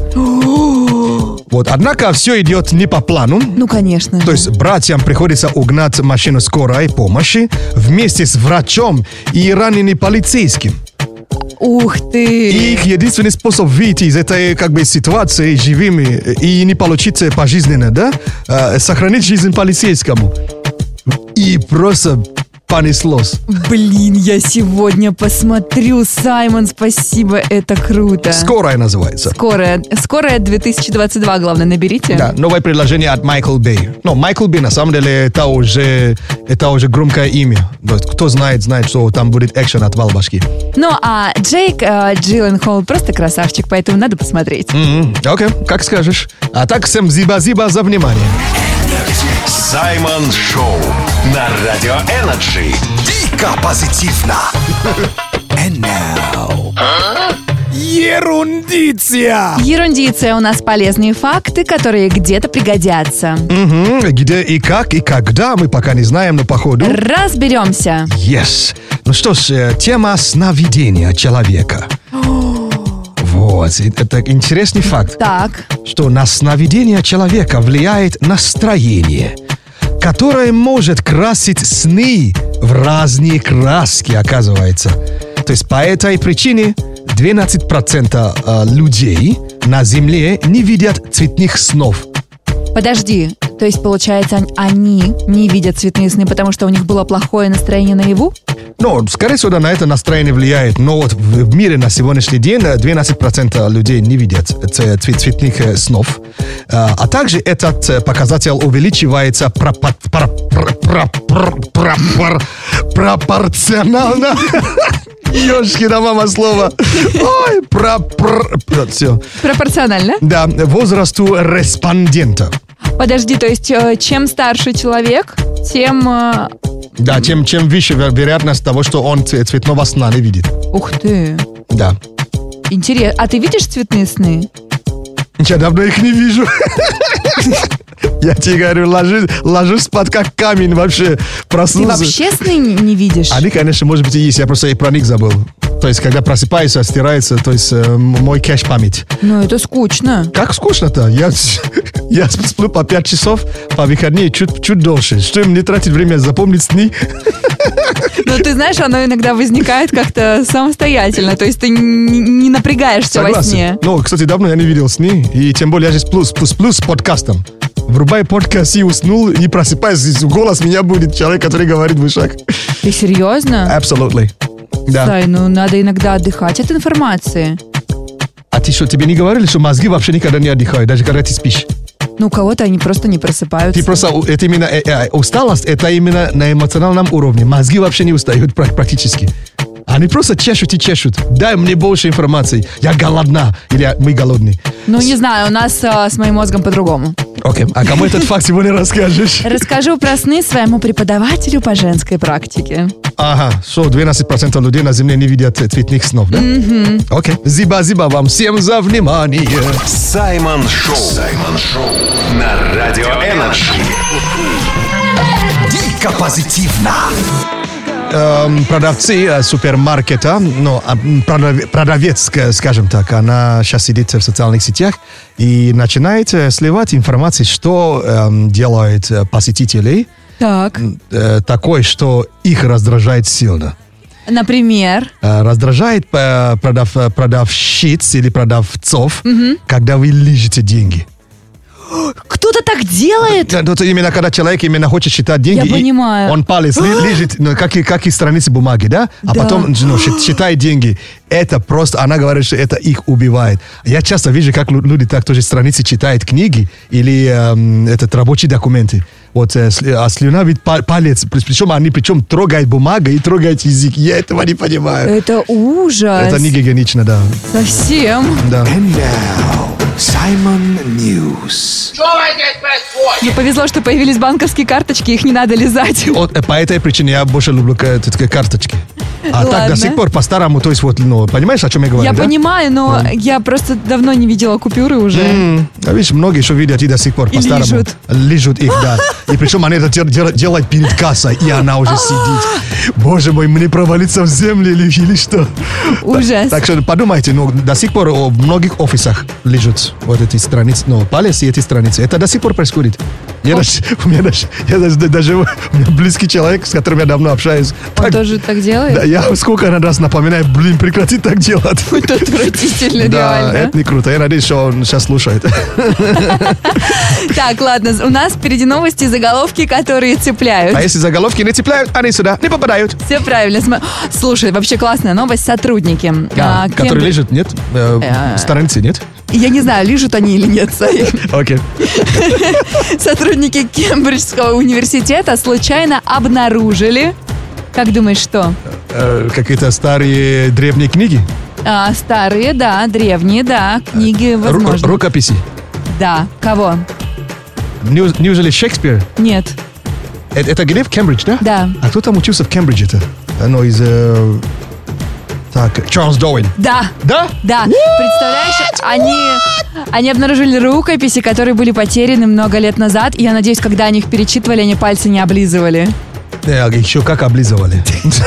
Вот, однако все идет не по плану. Ну, конечно. То есть братьям приходится угнать машину скорой помощи вместе с врачом и раненым полицейским. Ух ты! И их единственный способ выйти из этой как бы ситуации живыми и не получить пожизненно, да, сохранить жизнь полицейскому. И просто понеслось. Блин, я сегодня посмотрю, Саймон, спасибо, это круто. «Скорая» называется. Скорая 2022, главное, наберите. Да, новое предложение от Майкл Бэй. Но Майкл Бэй, на самом деле, это уже громкое имя. Кто знает, что там будет экшен от башки. Ну, а Джейк Джилленхол просто красавчик, поэтому надо посмотреть. Окей, как скажешь. А так, всем зиба-зиба за внимание. Саймон Шоу на Радио Энерджи. Дико позитивно. And now. Ерундиция! Ерундиция, у нас полезные факты, которые где-то пригодятся. Где и как и когда, мы пока не знаем, но походу... Разберемся. Yes. Ну что ж, тема сновидения человека. Вот, это интересный факт, Так, что на сновидение человека влияет настроение, которое может красить сны в разные краски, оказывается. То есть по этой причине 12% людей на Земле не видят цветных снов. подожди. То есть, получается, они не видят цветные сны, потому что у них было плохое настроение наяву? Ну, скорее всего, на это настроение влияет. Но вот в мире на сегодняшний день 12% людей не видят цветных снов. А также этот показатель увеличивается пропорционально. Ёшкина мама слово. Ой, все. Пропорционально? Да, возрасту респондента. Подожди, то есть, чем старше человек, тем... Да, чем выше вероятность того, что он цветного сна не видит. Ух ты. Да. Интересно. А ты видишь цветные сны? Я давно их не вижу. Я тебе говорю, ложусь спать как камень вообще. Ты Проснулся. вообще сны не видишь? Они, конечно, может быть и есть. Я просто и про них забыл. То есть, когда просыпаюсь, стирается, то есть мой кэш память. Ну, это скучно. Как скучно-то? Я сплю по 5 часов, по выходные чуть дольше. Что им не тратить время запомнить сны? Но ты знаешь, оно иногда возникает как-то самостоятельно. То есть ты не напрягаешься во сне. Ну, кстати, давно я не видел сны. И тем более я же сплю с подкастом. Врубай подкаст и уснул, и просыпаюсь, голос меня будет человек, который говорит в ушах. Ты серьезно? Absolutely. Да. Сай, ну надо иногда отдыхать от информации. А ты что, тебе не говорили, что мозги вообще никогда не отдыхают, даже когда ты спишь? Ну, у кого-то они просто не просыпаются. Ты просто, это именно, усталость, это именно на эмоциональном уровне. Мозги вообще не устают практически. Они просто чешут и чешут. Дай мне больше информации. Я голодна. Или мы голодны. Ну, не знаю, у нас с моим мозгом по-другому. Окей. А кому этот факт сегодня расскажешь? Расскажу про сны своему преподавателю по женской практике. Ага, что 12% людей на Земле не видят цветных снов, да? Окей. Зиба-зиба вам всем за внимание. Саймон Шоу. Саймон Шоу. На Радио Энерджи. Дико позитивно. Продавцы супермаркета, ну, продавец, скажем так, она сейчас сидит в социальных сетях и начинает сливать информацию, что делают посетителей Так. такое, что их раздражает сильно. Например? Раздражает продавщиц или продавцов, когда вы лижете деньги. Кто-то так делает? Да, это именно когда человек именно хочет считать деньги. Я понимаю. Он палец лежит, ну, как и страницы бумаги, да? А Да. потом считает деньги. Это просто, она говорит, что это их убивает. Я часто вижу, как люди так тоже страницы читают книги или рабочие документы. Вот, слюна ведь палец, причем трогает бумагу и трогает язык. Я этого не понимаю. Это ужас. Это не гигиенично, да. Совсем. Да. And now, Simon News. Мне повезло, что появились банковские карточки, их не надо лизать. Вот, по этой причине я больше люблю карточки. А так Ладно. до сих пор по-старому, то есть вот, ну, понимаешь, о чем я говорю, Я да? понимаю, но я просто давно не видела купюры уже. А видишь, многие еще видят и до сих пор И по-старому. лижут. Лижут их, да. И причем они это делают перед кассой, и она уже сидит. Боже мой, мне провалиться в землю или что? Ужас. Так что подумайте, ну, до сих пор в многих офисах лежат вот эти страницы, ну, палец и эти страницы. Это до сих пор происходит. У меня даже у меня близкий человек, с которым я давно общаюсь. Он тоже так делает? Да, я сколько раз напоминаю, прекрати так делать. Это отвратительно, Да, реально. это не круто. Я надеюсь, что он сейчас слушает. Так, ладно, у нас впереди новости, заголовки, которые цепляют. А если заголовки не цепляют, они сюда не попадают. Все правильно. Слушай, вообще классная новость. Сотрудники. Которые лежат, нет? Страницы, нет? Я не знаю, лежат они или нет. Сай. Окей. Сотрудники Кембриджского университета случайно обнаружили... Как думаешь, что? Какие-то старые древние книги? Старые, да, древние, да, книги, возможно. Рукописи. Да, кого? Неужели Шекспир? Нет, Это где в Кембридж, да? да. А кто там учился в Кембридже-то? Ну, из... Так, Чарльз Дарвин. Да. Да? Да. Представляешь, они обнаружили рукописи, которые были потеряны много лет назад, и я надеюсь, когда они их перечитывали, они пальцы не облизывали. Еще как облизывали.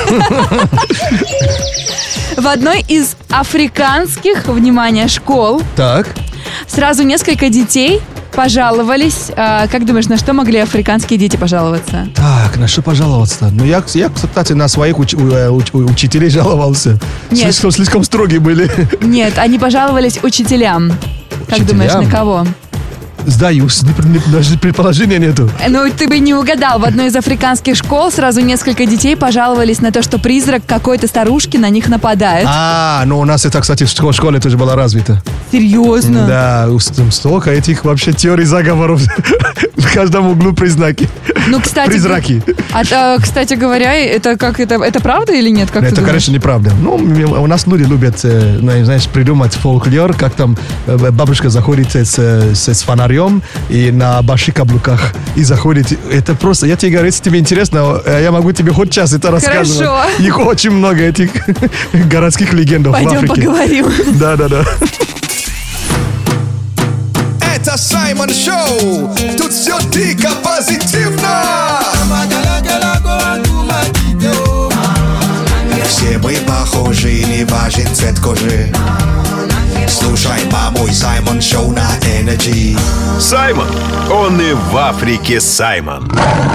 В одной из африканских, внимание, школ Так. сразу несколько детей пожаловались. Как думаешь, на что могли африканские дети пожаловаться? Так, на что пожаловаться-то? Ну, я, кстати, на своих учителей жаловался. Нет. Слишком строгие были. Нет, они пожаловались учителям. Как думаешь, на кого? Сдаюсь, даже предположения нету. Ну, ты бы не угадал. В одной из африканских школ сразу несколько детей пожаловались на то, что призрак какой-то старушки на них нападает. Ну у нас это, кстати, в школе тоже было развито. Серьезно? Да, столько этих вообще теорий заговоров. В каждом углу признаки. Ну, кстати... Призраки. Кстати говоря, это правда или нет? Как ты Это, думаешь? конечно, неправда. Ну, у нас люди любят, знаешь, придумать фольклор, как там бабушка заходит с фонарем и на больших каблуках и заходит. Это просто, я тебе говорю, если тебе интересно, я могу тебе хоть час это рассказывать. Хорошо. Их очень много, этих городских легенд в Африке. Пойдем поговорим. Да. Это Саймон Шоу. Тут все дико позитивно. Все мы похожи, не важен цвет кожи. Слушай, мой Саймон Шоу на Energy. Саймон. Он и в Африке Саймон.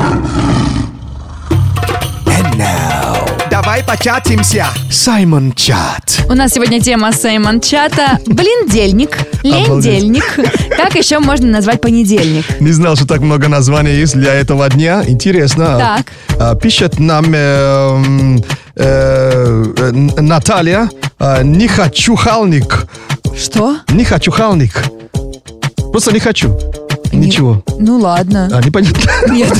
And now, давай початимся. Саймон Чат. У нас сегодня тема Саймон Чата. Блиндельник, лендельник. Как еще можно назвать понедельник? Не знал, что так много названий есть для этого дня. Интересно. Так. Пишет нам Наталья. Не хочу халник. Что? Не хочу халник. Просто не хочу. Ничего. Ну ладно. Непонятно. Нет.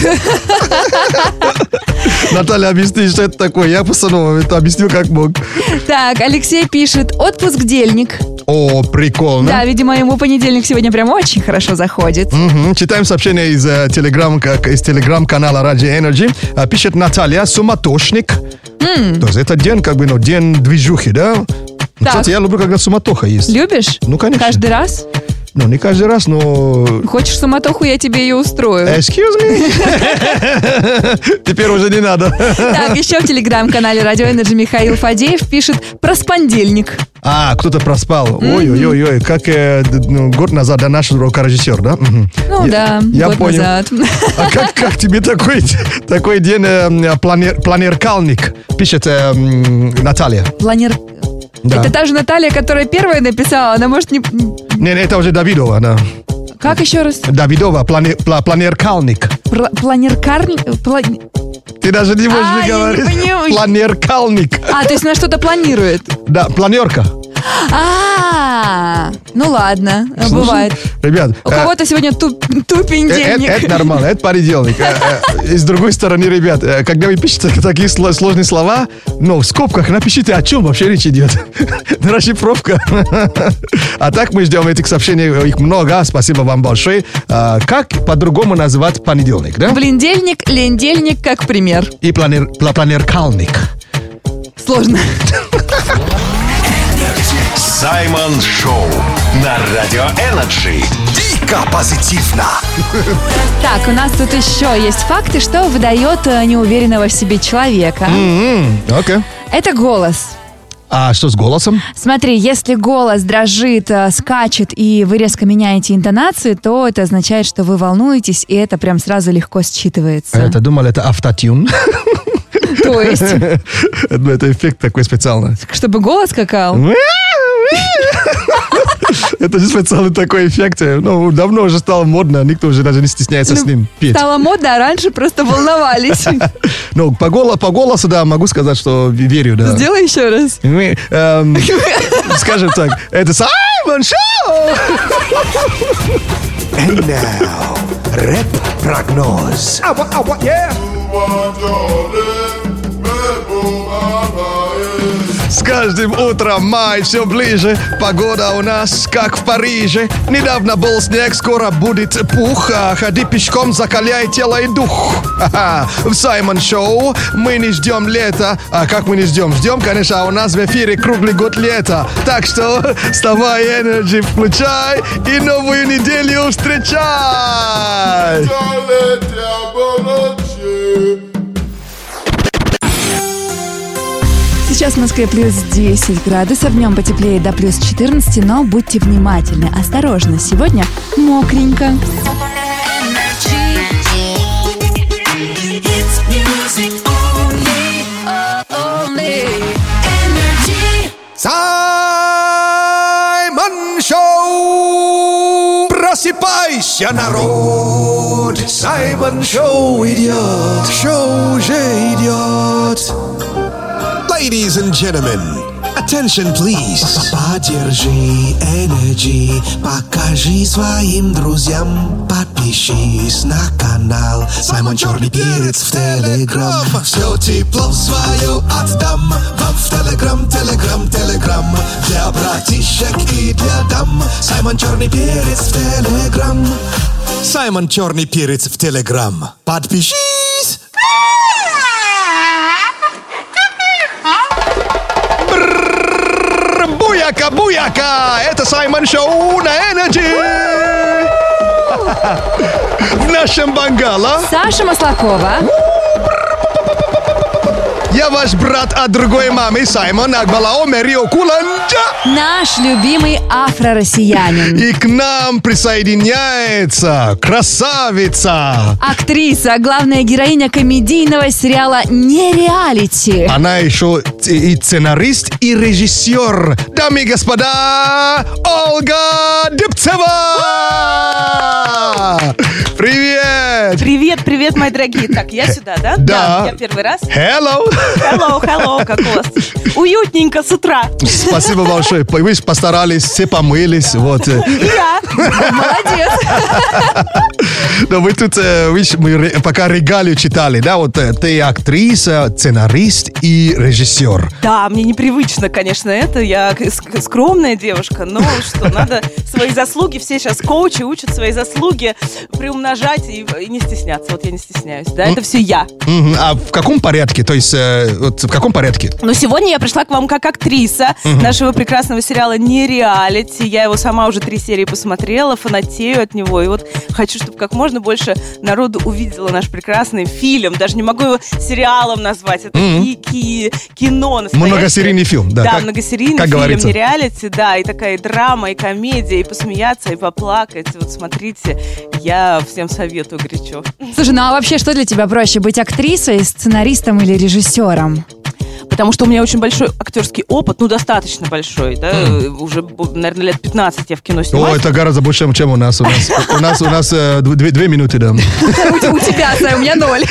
Наталья, объясни, что это такое. Я просто это объясню, как мог. Так, Алексей пишет. Отпуск-дельник. О, прикольно. Да, видимо, ему понедельник сегодня прям очень хорошо заходит. Мгм. Читаем сообщение из телеграм-канала Radio Energy. Пишет Наталья, суматошник. То есть это день, день движухи, да? Кстати, я люблю, когда суматоха есть. Любишь? Ну, конечно. Каждый раз? Ну, не каждый раз, но... Хочешь суматоху, я тебе ее устрою. Excuse me? Теперь уже не надо. Так, еще в телеграм-канале Radio Energy Михаил Фадеев пишет про спондельник. Кто-то проспал. Ой-ой-ой, как год назад наш рукорежиссер, да? Ну Я год понял. назад. А как тебе такой день планеркалник? Пишет Наталья. Планер... Да. Это та же Наталья, которая первая написала. Она может не... Не, это уже Давидова, да. Как еще раз? Давидова, планеркалник. Планеркарник? Ты даже не можешь я не говорить. понимаю. Планеркалник. То есть она что-то планирует? Да, планерка. Ну ладно, Слушай, бывает. Ребят, У кого-то сегодня тупень денег. это нормально, это понедельник. И с другой стороны, ребят, когда вы пишете такие сложные слова, но в скобках напишите, о чем вообще речь идет. Расшифровка. А так мы ждем этих сообщений, их много, спасибо вам большое. Как по-другому назвать понедельник, да? Блиндельник, лендельник, как пример. И планеркалник. Сложно. Саймон Шоу на Радио Energy. Дико позитивно. Так, у нас тут еще есть факты, что выдает неуверенного в себе человека. Окей. Это голос. А что с голосом? Смотри, если голос дрожит, скачет, и вы резко меняете интонацию, то это означает, что вы волнуетесь, и это прям сразу легко считывается. Это думал, это автотюн. То есть, Это эффект такой специальный. чтобы голос скакал? Это же специальный такой эффект. Ну, давно уже стало модно, никто уже даже не стесняется с ним петь. Стало модно, а раньше просто волновались. Ну, по голосу, да, могу сказать, что верю, да. Сделай еще раз. Мы, скажем так, это Саймон Шоу! And now, рэп-прогноз. С каждым утром май все ближе. Погода у нас как в Париже. Недавно был снег, скоро будет пух. Ходи пешком, закаляй тело и дух. В Саймон Шоу мы не ждем лета. А как мы не ждем? Ждем, конечно, у нас в эфире круглый год лета. Так что вставай, Energy включай и новую неделю встречай. Сейчас в Москве плюс 10 градусов, днем потеплее до плюс 14, но будьте внимательны, осторожно, сегодня мокренько. Саймон Шоу! Просыпайся, народ! Саймон Шоу идет! Шоу уже идет! Ladies and gentlemen, attention please. Поддержи Energy, покажи своим друзьям, подпишись на канал Саймон Черный Перец в Телеграм. Все тепло свое отдам вам в Телеграм, Телеграм, Телеграм. Для братишек и для дам Саймон Черный Перец в Телеграм. Саймон Черный Перец в Телеграм. Подпишись! Буяка, буяка! Это Саймон Шоу на Energy! В нашем бангало Саша Маслакова. я ваш брат от другой мамы Саймон Акбалао Мерио Куланджа. Наш любимый афро-россиянин. И к нам присоединяется красавица. Актриса, главная героиня комедийного сериала «Нереалити». Она еще и сценарист, и режиссер. Дамы и господа, Ольга Дыбцева! Привет! Привет, привет, мои дорогие. Так, я сюда, да? Да. Я первый раз. Hello! Hello, как у вас? Уютненько с утра. Спасибо большое. Вы постарались, все помылись. Вот. И я. Молодец. Но вы тут, мы пока регалию читали, да? Вот ты актриса, сценарист и режиссер. Да, мне непривычно, конечно, это. Я скромная девушка, но что, надо свои заслуги, все сейчас коучи учат свои заслуги приумножать и не стесняться. Вот я не стесняюсь, да, это все я. А в каком порядке? То есть, вот в каком порядке? Но сегодня я пришла к вам как актриса нашего прекрасного сериала «Нереалити». Я его сама уже 3 серии посмотрела, фанатею от него. И вот хочу, чтобы как можно больше народу увидело наш прекрасный фильм. Даже не могу его сериалом назвать. Это кино настоящее. Многосерийный фильм, да. Да, многосерийный как фильм говорится. «Нереалити», да. И такая и драма, и комедия, и посмеяться, и поплакать. Вот смотрите, я всем советую горячо. Слушай, ну а вообще что для тебя проще, быть актрисой, сценаристом или режиссером? Потому что у меня очень большой актерский опыт, ну, достаточно большой, да, уже, наверное, лет 15 я в кино снимаюсь. О, это гораздо больше, чем у нас. У нас 2 минуты, да. У тебя, Сай, у меня 0.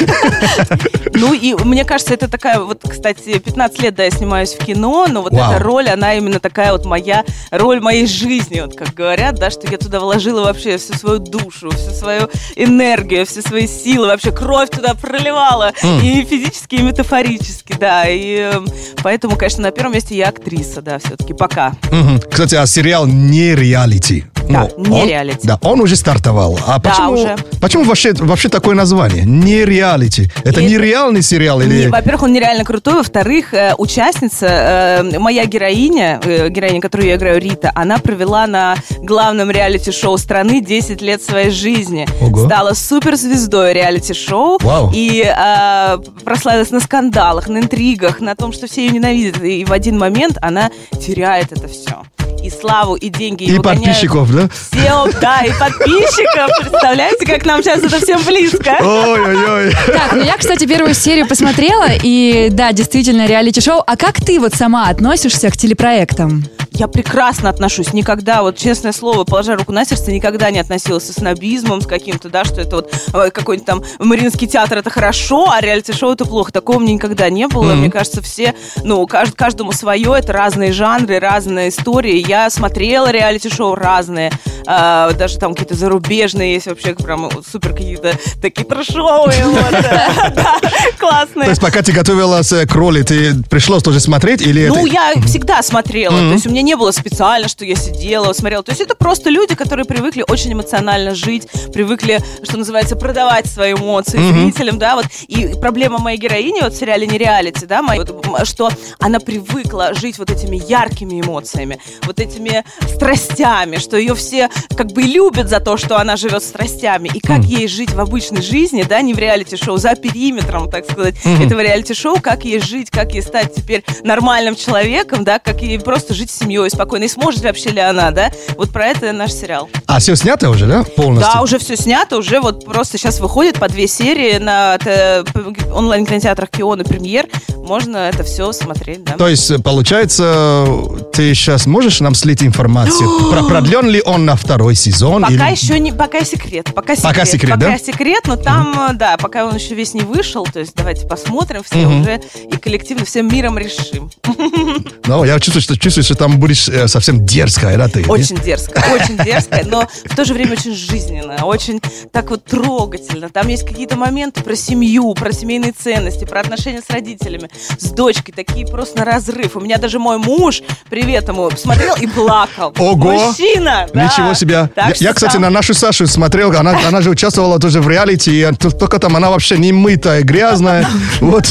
Ну, и мне кажется, это такая, вот, кстати, 15 лет, да, я снимаюсь в кино, но вот эта роль, она именно такая вот моя, роль моей жизни, вот как говорят, да, что я туда вложила вообще всю свою душу, всю свою энергию, все свои силы, вообще кровь туда проливала, и физически, и метафорически, да, и поэтому, конечно, на первом месте я актриса, да, все-таки, пока. Кстати, а сериал «Нереалити». Да, «Нереалити». Да, он уже стартовал. А почему, уже. почему вообще такое название? «Нереалити». Это нереальный сериал? Или... Во-первых, он нереально крутой. Во-вторых, участница, моя героиня, которую я играю, Рита, она провела на главном реалити-шоу страны 10 лет своей жизни. Ого. Стала суперзвездой реалити-шоу. Вау. И прославилась на скандалах, на интригах, на том, что все ее ненавидят. И в один момент она теряет это все. И славу, и деньги. И подписчиков, да? Все, да, и подписчиков. Представляете, как нам сейчас это всем близко? Ой-ой-ой. Так, ну я, кстати, первую серию посмотрела, и да, действительно, реалити-шоу. А как ты вот сама относишься к телепроектам? Я прекрасно отношусь. Никогда, вот честное слово, положа руку на сердце, никогда не относилась со снобизмом, с каким-то, да, что это вот какой-нибудь там Мариинский театр это хорошо, а реалити-шоу это плохо. Такого мне никогда не было. Мне кажется, все, ну, каждому свое, это разные жанры, разные истории. Я смотрела реалити-шоу разные, даже там какие-то зарубежные есть вообще прям супер какие-то такие трэшовые, вот, классные. интересные. То есть пока ты готовилась к роли, ты пришлось тоже смотреть? Или Ну, это... я всегда смотрела. То есть у меня не было специально, что я сидела, смотрела. То есть это просто люди, которые привыкли очень эмоционально жить, привыкли, что называется, продавать свои эмоции зрителям, да, вот. И проблема моей героини вот в сериале «Нереалити», да, что она привыкла жить вот этими яркими эмоциями, вот этими страстями, что ее все как бы любят за то, что она живет страстями. И как ей жить в обычной жизни, да, не в реалити-шоу, за периметром, так сказать, этого реалити-шоу, как ей жить, как ей стать теперь нормальным человеком, да, как ей просто жить с семьей спокойно. И сможет вообще ли она, да? Вот про это наш сериал. А все снято уже, да? Полностью? Да, уже все снято, уже вот просто сейчас выходит по 2 серии на онлайн-кинотеатрах «Кион» и «Премьер». Можно это все смотреть, да. То есть, получается, ты сейчас можешь нам слить информацию? Продлен ли он на 2-й сезон? Пока еще не, пока секрет. Пока секрет, да? Пока секрет, но там, да, пока он еще весь не вышел, то есть давайте посмотрим все уже и коллективно всем миром решим. Ну, я чувствую, что там будешь совсем дерзкая, да, ты? Очень дерзкая, но в то же время очень жизненная, очень так вот трогательно. Там есть какие-то моменты про семью, про семейные ценности, про отношения с родителями, с дочкой, такие просто на разрыв. У меня даже мой муж, привет ему, смотрел и плакал. Ого! Мужчина! Да. Ничего себе! Я, кстати, там... на нашу Сашу смотрел, она же участвовала тоже в реалити, и только там она вообще не мытая, грязная. Вот.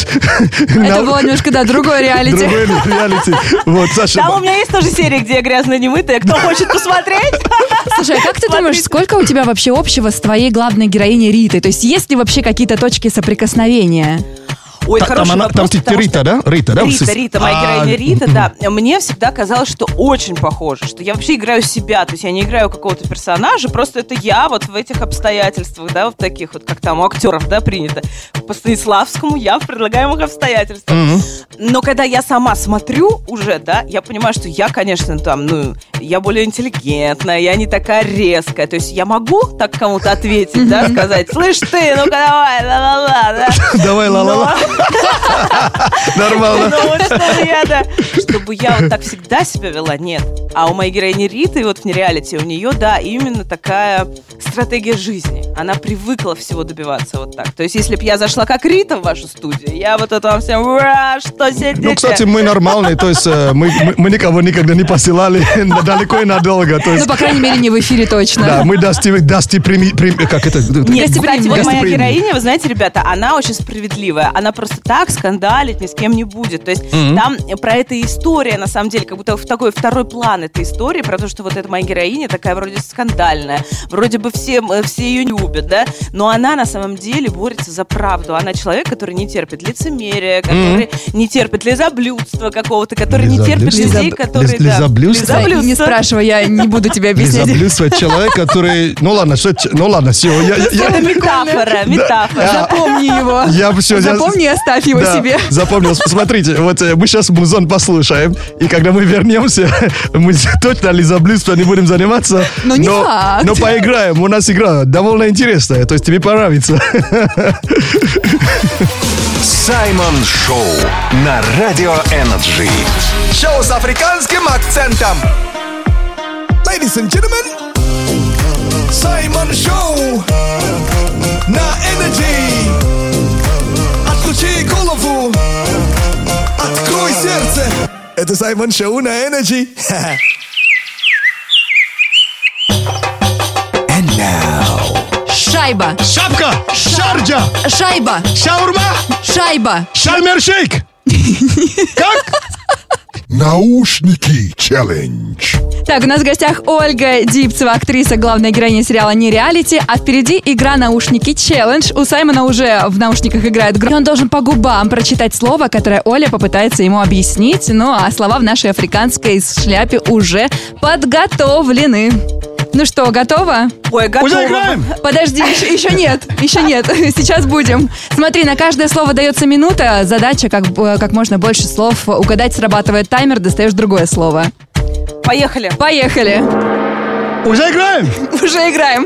Это было немножко, да, другой реалити. Другой реалити. Вот, Саша. Там у меня есть тоже серия, где я грязная, не мытая. Кто хочет посмотреть? Слушай, а как ты думаешь, сколько у тебя вообще общего с твоей главной героиней Ритой? То есть есть ли вообще какие-то точки соприкосновения? Ой, хороший вопрос, там Рита, да? Рита, моя героиня Рита, да. Мне всегда казалось, что очень похоже, что я вообще играю себя, то есть я не играю какого-то персонажа, просто это я вот в этих обстоятельствах, да, вот таких вот, как там у актеров, да, принято. По Станиславскому я в предлагаемых обстоятельствах. Но когда я сама смотрю уже, да, я понимаю, что я, конечно, там, ну, я более интеллигентная, я не такая резкая, то есть я могу так кому-то ответить, да, сказать, слышь ты, ну-ка давай, ла-ла-ла, да. Давай, ла-ла-ла. Нормально. Ну вот чтобы я вот так всегда себя вела, нет. А у моей героини Риты, вот в нереалити, у нее, да, именно такая стратегия жизни. Она привыкла всего добиваться вот так. То есть, если бы я зашла как Рита в вашу студию, я вот это вам всем, ура, что сидите? Ну, кстати, мы нормальные, то есть мы никого никогда не посылали далеко и надолго. Ну, по крайней мере, не в эфире точно. Да, мы как это? Нет, кстати, вот моя героиня, вы знаете, ребята, она очень справедливая. Она просто так скандалить ни с кем не будет. То есть там про это история, на самом деле, как будто в такой второй план этой истории, про то, что вот эта моя героиня такая вроде скандальная, вроде бы все ее любят, да, но она на самом деле борется за правду. Она человек, который не терпит лицемерия, который не терпит лизоблюдства какого-то, который не терпит людей, которые... Лизоблюдство? Не спрашивай, я не буду тебе объяснять. Лизоблюдство — человек, который... Ну ладно, все. Это метафора. Запомни его. Запомни и оставь его себе. Запомнил. Смотрите, вот мы сейчас музон послушаем, и когда мы вернемся, мы точно лизоблюдством не будем заниматься. Но не факт. Но поиграем. У нас игра довольно интересная, то есть тебе понравится. Саймон Шоу на Радио Энерджи. Шоу с африканским акцентом. Ladies and gentlemen, Саймон Шоу на Энерджи. Отключи голову, открой сердце. Это Саймон Шоу на Энерджи. And now. Шайба. Шапка. Шарджа. Шайба. Шаурма. Шайба. Шальмершейк. Как? Наушники челлендж. Так, у нас в гостях Ольга Дипцева, актриса, главная героиня сериала «Нереалити», а впереди игра «Наушники челлендж». У Саймона уже в наушниках играет гром. Он должен по губам прочитать слово, которое Оля попытается ему объяснить. Ну, а слова в нашей африканской шляпе уже подготовлены. Ну что, готова? Ой, готова. Уже играем? Подожди, еще нет. Сейчас будем. Смотри, на каждое слово дается минута. Задача как можно больше слов угадать. Срабатывает таймер, достаешь другое слово. Поехали. Уже играем? Уже играем.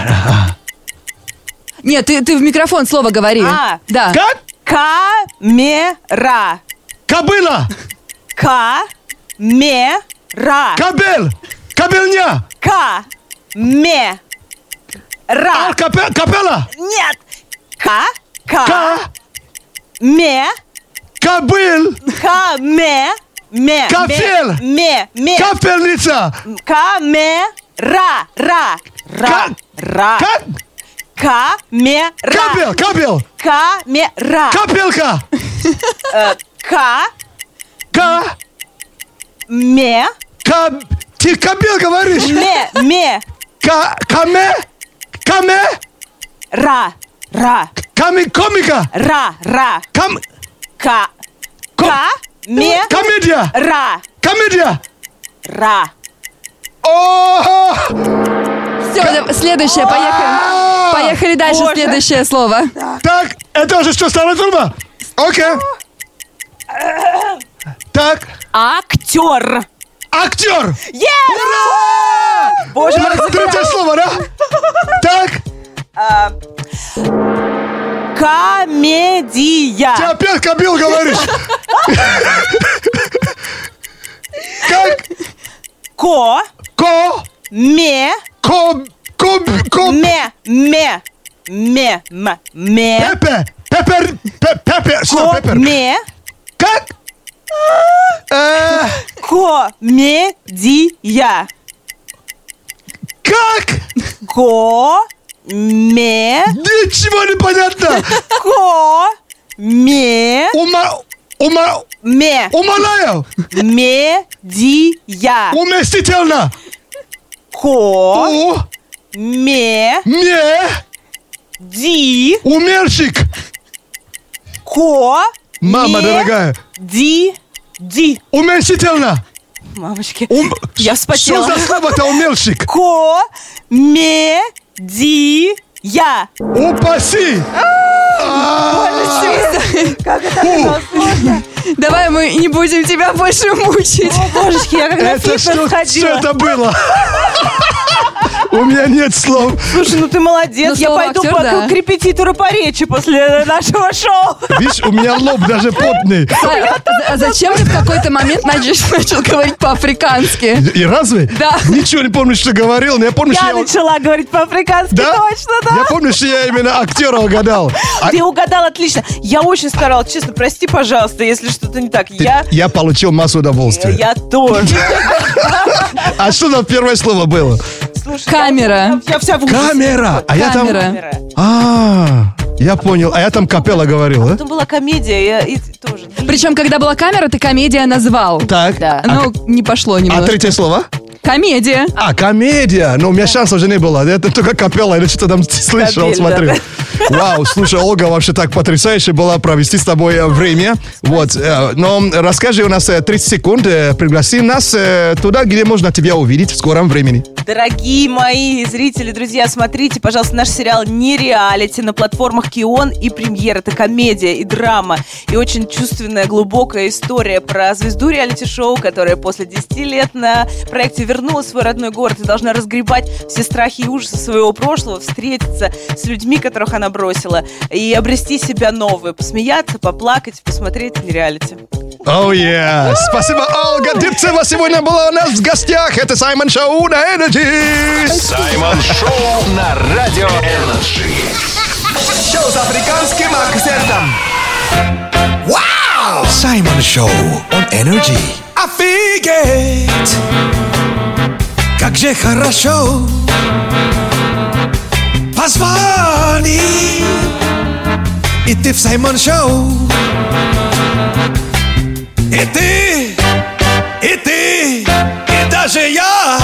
Нет, ты в микрофон слово говори. Да. Как? Камера. Кобыла. Камера. Кабель. Кабельня. Камера. Капелла. Нет. Кобыл. Кафель. Капельница. Камера. Капел. Камера. Капелка. Ты кобел говоришь? Комика. Комедия. Все, следующее, поехали. Поехали дальше, следующее слово. Так, это уже что, старая турба? Окей. Так. Актер. Ура! Боже мой, третье слово, да? Так. Комедия. Ты опять кобел говоришь. Как? Пепер. Что, пепер? Как? Комедия. Как? Ничего не понятно. Умоляю. Медия. Уместительно. Умерщик. Мама дорогая. Уместительно. Мамочки, я Что вспотела. за слово-то умерщик? Комедия. Упаси. Как это было сложно. Давай мы не будем тебя больше мучить. Божечки, я как на Это фитнес что ходила. это было? У меня нет слов. Слушай, ну ты молодец. Ну, Я слово пойду актер, да. к репетитору по речи после нашего шоу. Видишь, у меня лоб даже потный. А зачем ты в какой-то момент начал говорить по-африкански? И разве? Да. Ничего не помню, что говорил, но я помню, что Я начала говорить по-африкански, Да? точно, да. Я помню, что я именно актера угадал. Ты угадал отлично. Я очень старалась, честно, прости, пожалуйста, если что-то не так. Я получил массу удовольствия. Я тоже. А что там первое слово было? Слушай, Камера. Я вся в ужасе. Камера. А я там... Камера. Я понял. А я там капелла говорил, да? Потом была комедия, и тоже. Причем, когда была камера, ты комедия назвал. Так. Да. Ну, не пошло А немножко. третье слово? Комедия. Комедия. Но у меня шансов уже не было. Это только капелла. Я что-то там слышал, Капель, смотрю. да. Вау, слушай, Ольга, вообще так потрясающе было провести с тобой время. Вот. Но расскажи, у нас 30 секунд. Пригласи нас туда, где можно тебя увидеть в скором времени. Дорогие мои зрители, друзья, смотрите, пожалуйста, наш сериал «Нереалити» на платформах Кион и Премьер. Это комедия и драма, и очень чувственная, глубокая история про звезду реалити-шоу, которая после 10 лет на проекте вернулась в свой родной город и должна разгребать все страхи и ужасы своего прошлого, встретиться с людьми, которых она бросила, и обрести себя новую, посмеяться, поплакать, посмотреть «Нереалити». Oh yeah! Спасибо, Ольга Дипцева сегодня была у нас в гостях. Это Саймон Шоу на Energy. Саймон Шоу на Радио Energy. Шоу с африканским акцентом. Вау! Саймон Шоу on Energy. Офигеть! Как же хорошо! Позвони! И ты в Саймон Шоу. И ты, и даже я.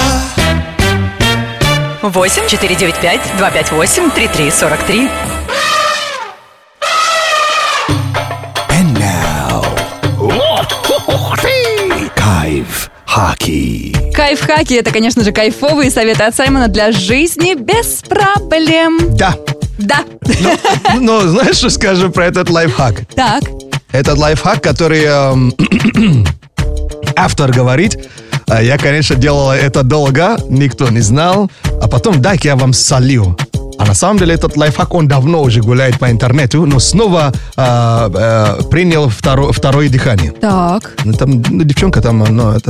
8-495-258-3343. And now, Кайф Хаки. Кайф-хаки — это, конечно же, кайфовые советы от Саймона для жизни без проблем. Да. Да. Но знаешь, что скажу про этот лайфхак? Так. Этот лайфхак, который автор говорит, я, конечно, делал это долго, никто не знал, а потом дай-ка я вам солью. А на самом деле этот лайфхак, он давно уже гуляет по интернету, но снова принял второе дыхание. Так. Ну, там девчонка, там,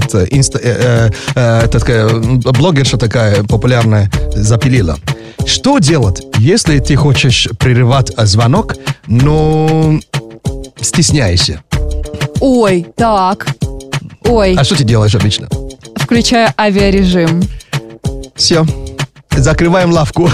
блогерша такая популярная запилила. Что делать, если ты хочешь прерывать звонок, но стесняешься. Ой, так. Ой, А что ты делаешь обычно? включаю авиарежим. Все. Закрываем лавку.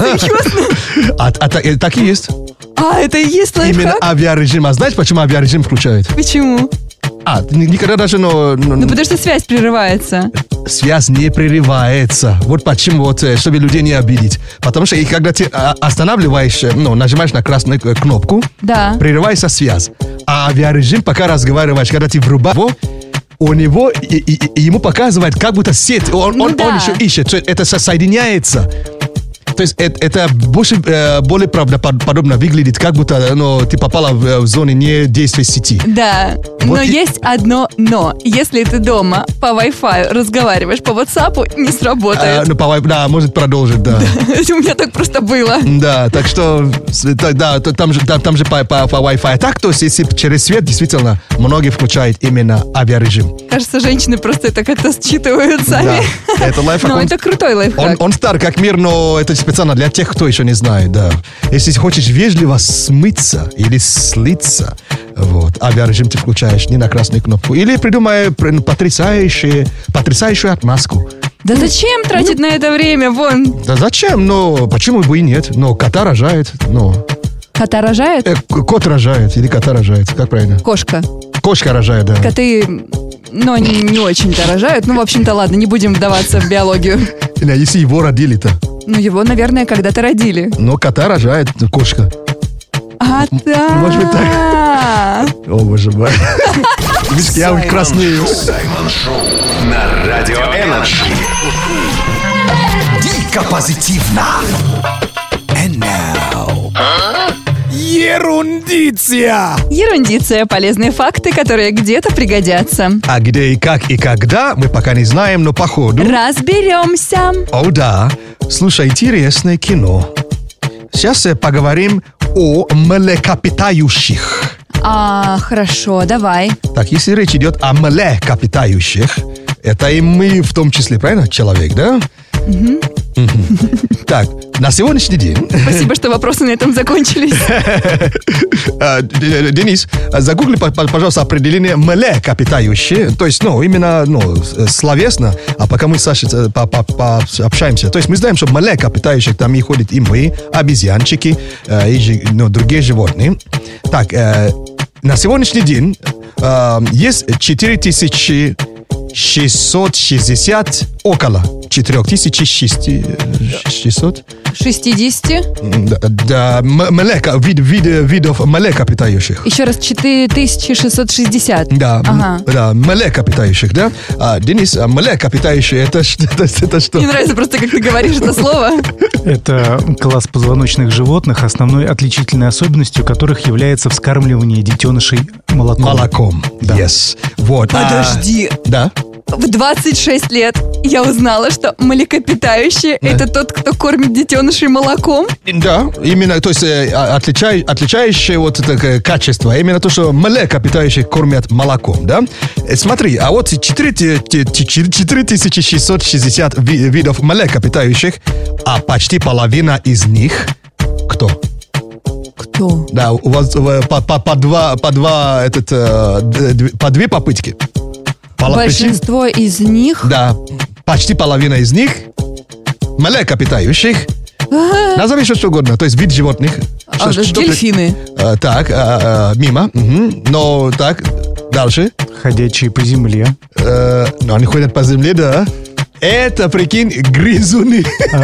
Так и есть. А, это и есть Именно лайфхак? авиарежим. А знаешь, почему авиарежим включают? Почему? Никогда даже, Ну, потому что связь прерывается. связь не прерывается. Вот почему, чтобы людей не обидеть. Потому что когда ты останавливаешь, нажимаешь на красную кнопку, Да. прерывается связь. А авиарежим, пока разговариваешь, когда ты врубаешь его, у него, ему показывает, как будто сеть, он еще ищет, это соединяется. То есть это более правдоподобно выглядит, как будто ты попала в зону недействия сети. Да, но Вот есть одно но. Если ты дома по Wi-Fi разговариваешь по WhatsApp, не сработает. Да, может продолжить, да. У меня так просто было. Да, так что, да, там же по Wi-Fi. Так, то есть, если через свет, действительно, многие включают именно авиарежим. Кажется, женщины просто это как-то считывают сами. Да, это лайфхак. Но это крутой лайфхак. Он стар как мир, но это специально для тех, кто еще не знает, да. Если хочешь вежливо смыться или слиться, авиарежим ты включаешь не на красную кнопку. Или придумай потрясающую отмазку. Да зачем тратить на это время? Вон, Да зачем? Почему бы и нет? Кота рожает, кота рожает? кот рожает или кота рожает, как правильно? Кошка. Кошка рожает, да. Коты, они не очень-то рожают. В общем-то, ладно, не будем вдаваться в биологию. Если его родили-то. Его, наверное, когда-то родили. Но кота рожает кошка. Да. Может быть, так. О, боже мой. Видишь, я уже краснею. Саймон Шоу на Радио Энерджи. Дико позитивно. And now. Ерундиция. Ерундиция. Полезные факты, которые где-то пригодятся. А где и как и когда, мы пока не знаем, но походу... Разберемся. О, да. Слушай, интересное кино. Сейчас поговорим о млекопитающих. Хорошо, давай. Так, если речь идет о млекопитающих, это и мы в том числе, правильно? Человек, да? Так, на сегодняшний день... Спасибо, что вопросы на этом закончились. Денис, загугли, пожалуйста, определение млекопитающие. То есть, именно, словесно, а пока мы с Сашей пообщаемся. То есть, мы знаем, что млекопитающих там и ходят и мы, обезьянчики, и другие животные. Так, на сегодняшний день есть 4660, около 4600 60? Да, видов млекопитающих. Еще раз, 4660. Да, Ага. да, млекопитающих, да. Денис, млекопитающие, это что? Мне нравится просто, как ты говоришь это слово. Это класс позвоночных животных, основной отличительной особенностью которых является вскармливание детенышей молоком. Молоком, Да. yes. Вот. Подожди. Да. В 26 лет я узнала, что млекопитающие это тот, кто кормит детенышей молоком. Да, именно, то есть отличающее вот это качество, именно то, что млекопитающие кормят молоком, да? Смотри, а вот 4660 видов млекопитающих, а почти половина из них кто? Кто? Да, у вас по две попытки. Большинство из них. Да, почти половина из них млекопитающих. Назови что угодно, то есть вид животных. Дельфины. Так, мимо. Но так, дальше. Ходячие по земле. Они ходят по земле, да. Это, прикинь, грызуны.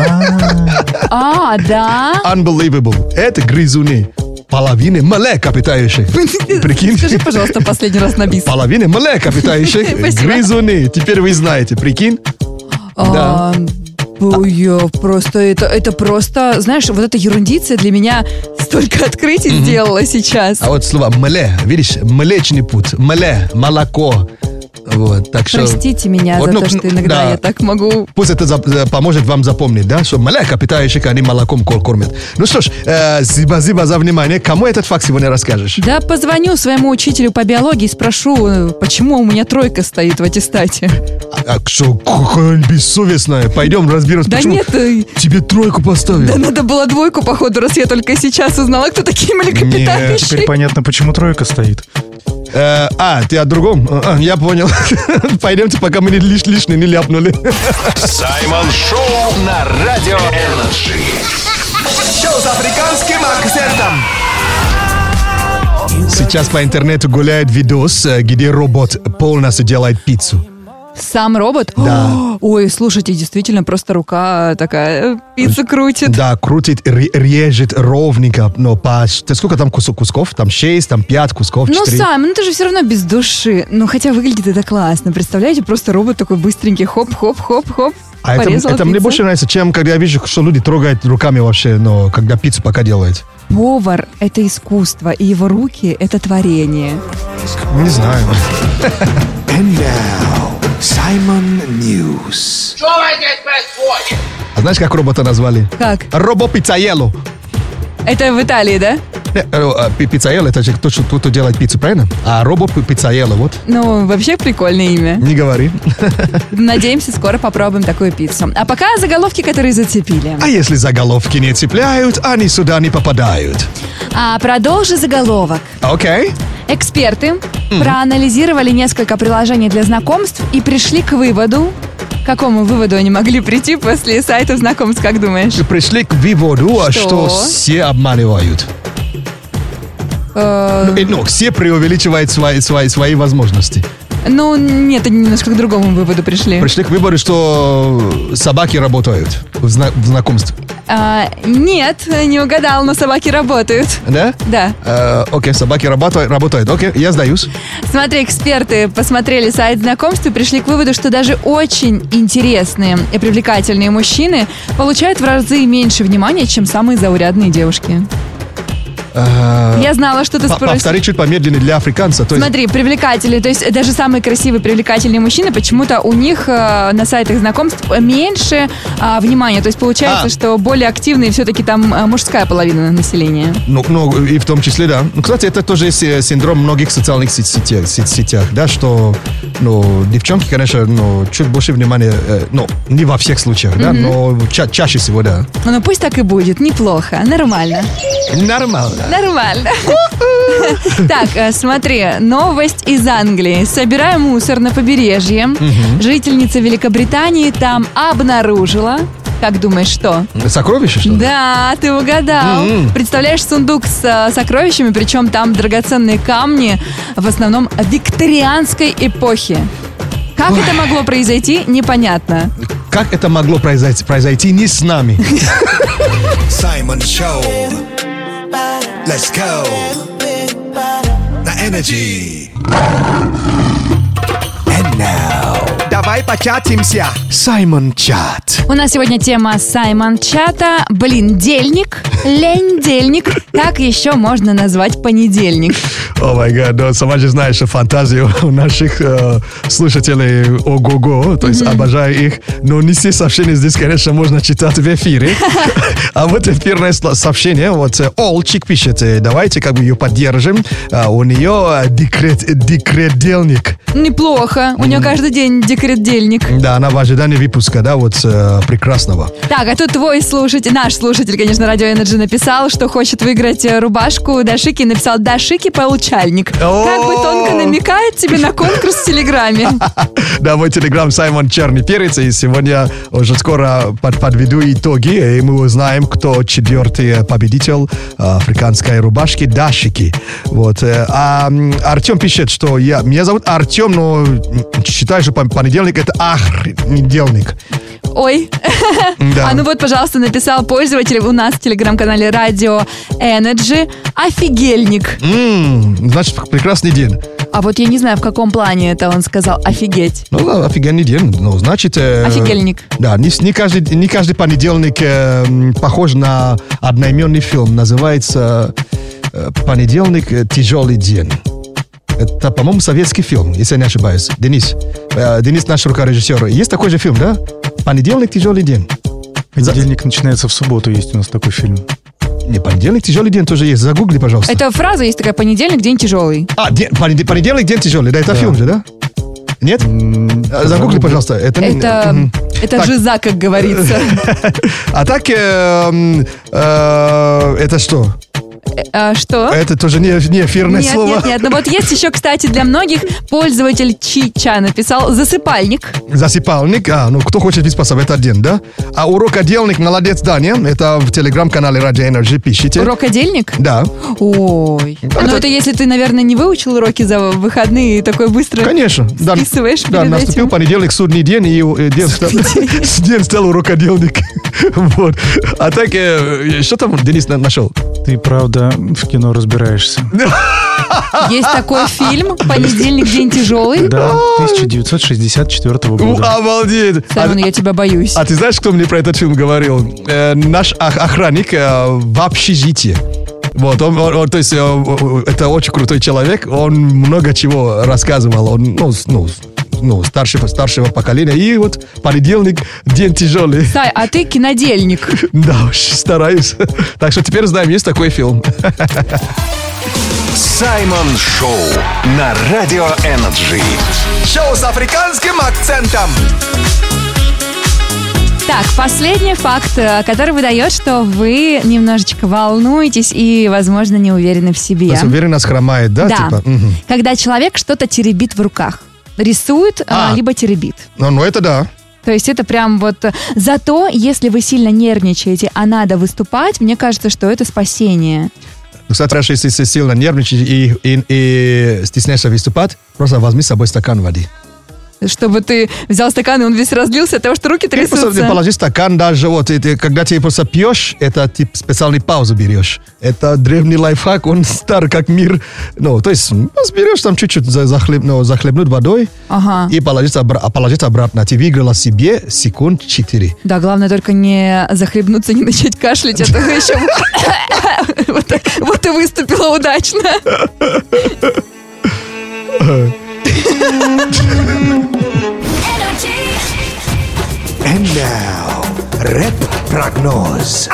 Да? Unbelievable. Это грызуны. Половины млекопитающих. Прикинь. Скажи, пожалуйста, последний раз на бис. Половины млекопитающих Спасибо. грызуны. Теперь вы знаете, прикинь. Да. Просто это просто, знаешь, вот эта ерундиция для меня столько открытий сделала сейчас. А вот слово «мле», видишь, млечный путь, «мле», молоко, Вот, так что... Простите меня Вот, за ну, то, что иногда да. я так могу... Пусть это поможет вам запомнить, да, что млекопитающих они молоком кормят. Ну что ж, спасибо за внимание. Кому этот факт сегодня расскажешь? Да позвоню своему учителю по биологии и спрошу, почему у меня 3 стоит в аттестате. А что, какая бессовестная? Пойдем разберемся, Да почему нет, тебе 3 поставили. да надо было 2, походу, раз я только сейчас узнала, кто такие млекопитающие. Теперь понятно, почему 3 стоит. Ты о другом? Я понял. Пойдемте, пока мы лишнее не ляпнули. Саймон Шоу на Радио Энерджи. Шоу с африканским акцентом. Сейчас по интернету гуляет видос, где робот полностью делает пиццу. Сам робот? Да. Ой, слушайте, действительно, просто рука такая пиццу крутит. Да, крутит, режет ровненько. Но сколько там кусков? Там 6, там 5 кусков, 4. Ну, Сам, это же все равно без души. Ну, хотя выглядит это классно. Представляете, просто робот такой быстренький, хоп-хоп-хоп-хоп. А это мне больше нравится, чем когда я вижу, что люди трогают руками вообще, но когда пиццу пока делают. Повар — это искусство, и его руки — это творение. Не знаю. And now, Simon News. А знаешь, как робота назвали? Как? Робо-пиццаелло. Это в Италии, да? Пиццаелло — это же кто делает пиццу, правильно? А робо-пиццаелло, вот. Ну, вообще прикольное имя. Не говори. Надеемся, скоро попробуем такую пиццу. А пока заголовки, которые зацепили. А если заголовки не цепляют, они сюда не попадают. А продолжи заголовок. Окей. Эксперты проанализировали несколько приложений для знакомств и пришли к выводу. К какому выводу они могли прийти после сайтов знакомств, как думаешь? Пришли к выводу, что все обманывают. Все преувеличивают свои возможности. Ну, нет, они немножко к другому выводу пришли. Пришли к выводу, что собаки работают в знакомстве. Нет, не угадал, но собаки работают. Да? Да. Окей, собаки работают. Окей, я сдаюсь. Смотри, эксперты посмотрели сайт знакомств и пришли к выводу, что даже очень интересные и привлекательные мужчины получают в разы меньше внимания, чем самые заурядные девушки. Я знала, что ты спросишь. Повтори чуть помедленнее для африканца. То есть... Смотри, привлекательные, то есть даже самые красивые, привлекательные мужчины, почему-то у них на сайтах знакомств меньше внимания. То есть получается, что более активные все-таки там мужская половина населения. Ну, и в том числе, да. Ну, кстати, это тоже синдром многих социальных сетях, да, что, девчонки, конечно, чуть больше внимания, не во всех случаях, да, но чаще всего, да. Ну, пусть так и будет, неплохо, нормально. Нормально. Так, смотри, новость из Англии. Собирая мусор на побережье, жительница Великобритании там обнаружила... Как думаешь, что? Сокровища, что ли? Да, ты угадал. Представляешь, сундук с сокровищами, причем там драгоценные камни, в основном викторианской эпохи. Как это могло произойти, непонятно. Как это могло произойти не с нами? Simon Show. Let's go. На Energy. And now. Давай початимся. Simon Chat. У нас сегодня тема Саймон Чата. Дельник, лень-дельник. Как еще можно назвать понедельник? О май гад, да, сама же знаешь, что фантазию у наших слушателей ого-го, то есть обожаю их, но не все сообщения здесь, конечно, можно читать в эфире. А вот эфирное сообщение, вот Олчик пишет, давайте как бы ее поддержим, у нее декретдельник. Неплохо, у нее каждый день декретдельник. Да, она в ожидании выпуска, да, вот прекрасного. Так, а тут твой слушатель, наш слушатель, конечно, Радио Энерджи написал, что хочет выиграть рубашку Дашики, написал Дашики получальник. Как бы тонко намекает тебе на конкурс в Телеграме. Да, мой Телеграм Саймон Черный Перец, и сегодня уже скоро подведу итоги, и мы узнаем, кто 4-й победитель африканской рубашки Дашики. Вот. А Артем пишет, что меня зовут Артем, но считаю, что понедельник это недельник. Ой. Да. А ну вот, пожалуйста, написал пользователь у нас в телеграм-канале Радио Энерджи офигельник. Значит, прекрасный день. А вот я не знаю, в каком плане это он сказал офигеть. Ну да, офигенный день. Ну, значит... Офигельник. Да, не каждый понедельник похож на одноименный фильм. Называется «Понедельник. Тяжелый день». Это, по-моему, советский фильм, если я не ошибаюсь. Денис наш рукорежиссер. Есть такой же фильм, да? «Понедельник, тяжелый день». Понедельник начинается в субботу, есть у нас такой фильм. Не, «Понедельник, тяжелый день» тоже есть. Загугли, пожалуйста. Это фраза есть такая: понедельник, день тяжелый. Понедельник, день тяжелый. Да, это фильм же, да? Нет? Загугли, пожалуйста. Это жиза, как говорится. А так, это что? Что? Это тоже не эфирное слово. Нет. Но вот есть еще, кстати, для многих пользователь Чича написал засыпальник. Засыпальник? Кто хочет выспаться в этот день, да? А урокодельник, молодец, да, нет? Это в телеграм-канале Radio Energy пишите. Урокодельник? Да. Ой. Это если ты, наверное, не выучил уроки за выходные и такой быстро Конечно. списываешь перед наступил этим. понедельник, судный день, и день стал урокодельник. Вот. А так, что там Денис нашел? Ты, правда, в кино разбираешься. Есть такой фильм «Понедельник, день тяжелый». Да, 1964 года. Обалдеть! Саймон, я тебя боюсь. А ты знаешь, кто мне про этот фильм говорил? Наш охранник в общежитии. Вот, то есть, это очень крутой человек, он много чего рассказывал, он, старшего поколения, и вот понедельник, день тяжелый. Сай, а ты кинодельник. Да уж, стараюсь. Так что теперь знаем, есть такой фильм. Саймон Шоу на Радио Energy. Шоу с африканским акцентом. Так, последний факт, который выдает, что вы немножечко волнуетесь и, возможно, не уверены в себе. Уверенность хромает, да? Да. Типа? Угу. Когда человек что-то теребит в руках. Рисует, либо теребит. Ну, это да. То есть это прям вот... Зато, если вы сильно нервничаете, а надо выступать, мне кажется, что это спасение. Кстати, если ты сильно нервничаешь и стесняешься выступать, просто возьми с собой стакан воды. Чтобы ты взял стакан, и он весь разлился от того, что руки трясутся. Ты положи стакан даже, вот, когда ты просто пьешь, это ты специальную паузу берешь. Это древний лайфхак, он стар как мир. Ну, то есть, берешь там чуть-чуть захлебнуть водой и положить обратно. Ты выиграла себе секунд 4. Да, главное только не захлебнуться, не начать кашлять, а то еще... Вот и выступила удачно. And now, рэп-прогноз.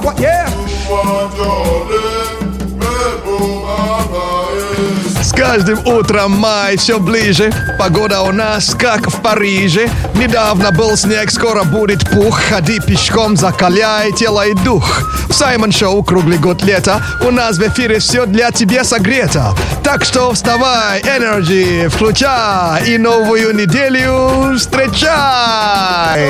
С каждым утром май все ближе. Погода у нас как в Париже. Недавно был снег, скоро будет пух. Ходи пешком, закаляй тело и дух. В Саймон Шоу круглый год лета. У нас в эфире все для тебя согрето. Так что вставай, Energy включай и новую неделю встречай.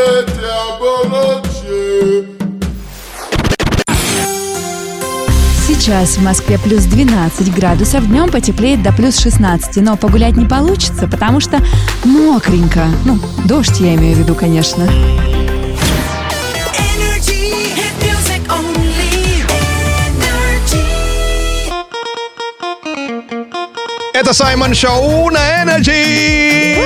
Сейчас в Москве плюс 12 градусов, днем потеплеет до плюс 16, но погулять не получится, потому что мокренько. Ну, дождь я имею в виду, конечно. Это Саймон Шоу на Energy!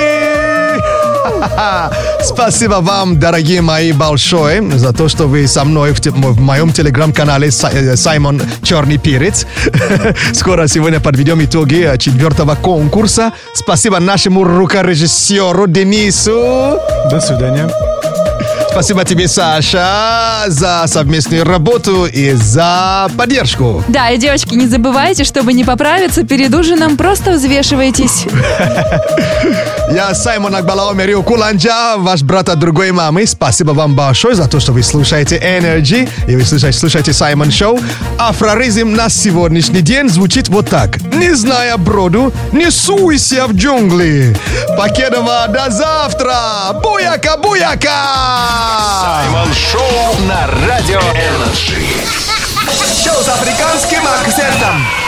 Спасибо вам, дорогие мои, большое за то, что вы со мной в моем телеграм-канале Саймон Черный Перец. Скоро сегодня подведем итоги 4-го конкурса. Спасибо нашему рукорежиссеру Денису. До свидания. Спасибо тебе, Саша, за совместную работу и за поддержку. Да, и, девочки, не забывайте, чтобы не поправиться перед ужином, просто взвешивайтесь. Я Саймон Акбалаомерио Куланджа, ваш брат от другой мамы. Спасибо вам большое за то, что вы слушаете Energy и вы слушаете Саймон Шоу. Афроризм на сегодняшний день звучит вот так. Не зная броду, не суйся в джунгли. Покедова, до завтра. Буяка, буяка. Саймон Шоу на Радио Energy. Шоу с африканским акцентом.